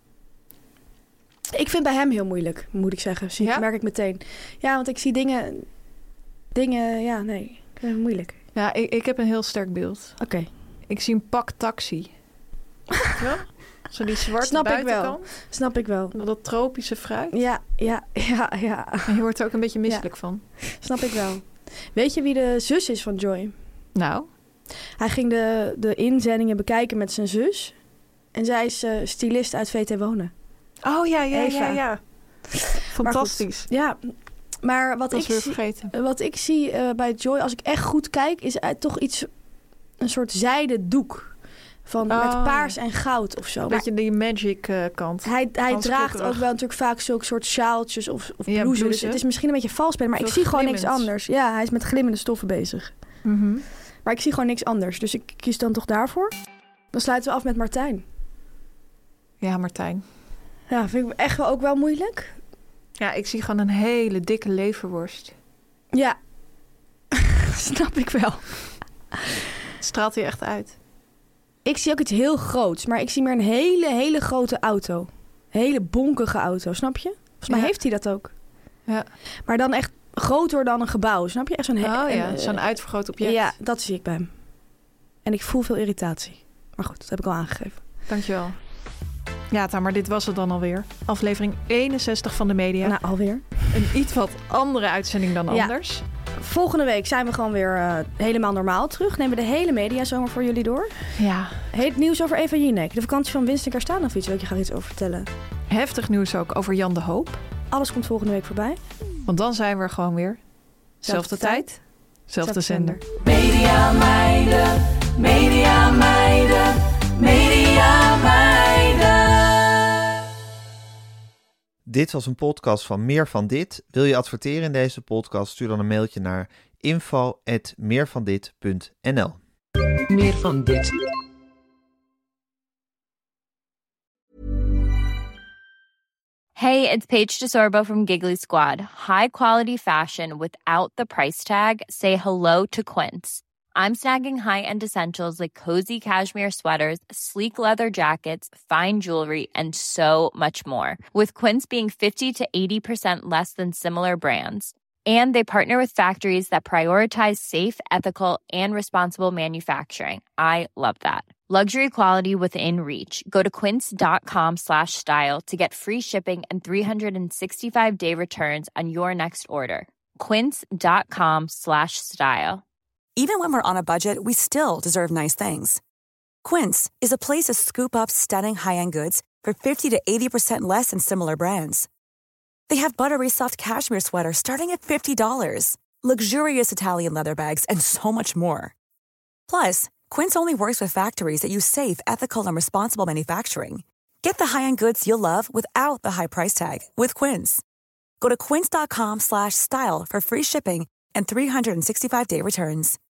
Ik vind bij hem heel moeilijk, moet ik zeggen. Merk ik meteen. Ja, want ik zie dingen, ja, nee. Ik vind het moeilijk. Ja, ik heb een heel sterk beeld. Oké. Ik zie een pak taxi. Ja? Zo die zwarte Snap buitenkant. Snap ik wel. Dat tropische fruit. Ja. En je wordt er ook een beetje misselijk van. Snap ik wel. Weet je wie de zus is van Joy? Nou? Hij ging de inzendingen bekijken met zijn zus. En zij is stylist uit VT Wonen. Oh ja. Fantastisch. Ja, maar wat ik zie bij Joy, als ik echt goed kijk, is toch een soort zijden doek. Met paars en goud of zo. Een beetje die magic kant. Hij draagt ook wel natuurlijk vaak zulke soort sjaaltjes of blouses. Dus het is misschien een beetje vals spelen, maar ik zie gewoon niks anders. Ja, hij is met glimmende stoffen bezig. Mm-hmm. Maar ik zie gewoon niks anders. Dus ik kies dan toch daarvoor. Dan sluiten we af met Martijn. Ja, Martijn. Ja, vind ik echt ook wel moeilijk. Ja, ik zie gewoon een hele dikke leverworst. Ja. Snap ik wel. Straalt hij echt uit. Ik zie ook iets heel groots, maar ik zie meer een hele grote auto. Hele bonkige auto, snap je? Volgens mij heeft hij dat ook. Ja. Maar dan echt groter dan een gebouw. Snap je? Echt zo'n uitvergroot object. Ja, dat zie ik bij hem. En ik voel veel irritatie. Maar goed, dat heb ik al aangegeven. Dankjewel. Ja, Tamer, dit was het dan alweer. Aflevering 61 van de Media. Nou, alweer. Een iets wat andere uitzending dan anders. Volgende week zijn we gewoon weer helemaal normaal terug. Nemen we de hele mediazomer voor jullie door. Ja. Heet nieuws over Eva Jinek. De vakantie van Winston Kerstaan of iets. Wil ik je graag iets over vertellen. Heftig nieuws ook over Jan de Hoop. Alles komt volgende week voorbij. Want dan zijn we er gewoon weer. Zelfde tijd. Zelfde zender. Media meiden, media meiden, media meiden. Dit was een podcast van Meer van Dit. Wil je adverteren in deze podcast? Stuur dan een mailtje naar info@meervandit.nl. Meer van dit. Hey, it's Paige DeSorbo from Giggly Squad. High quality fashion without the price tag. Say hello to Quince. I'm snagging high-end essentials like cozy cashmere sweaters, sleek leather jackets, fine jewelry, and so much more. With Quince being 50 to 80% less than similar brands. And they partner with factories that prioritize safe, ethical, and responsible manufacturing. I love that. Luxury quality within reach. Go to quince.com/style to get free shipping and 365-day returns on your next order. Quince.com/style. Even when we're on a budget, we still deserve nice things. Quince is a place to scoop up stunning high-end goods for 50 to 80% less than similar brands. They have buttery soft cashmere sweaters starting at $50, luxurious Italian leather bags, and so much more. Plus, Quince only works with factories that use safe, ethical, and responsible manufacturing. Get the high-end goods you'll love without the high price tag with Quince. Go to quince.com/style for free shipping and 365-day returns.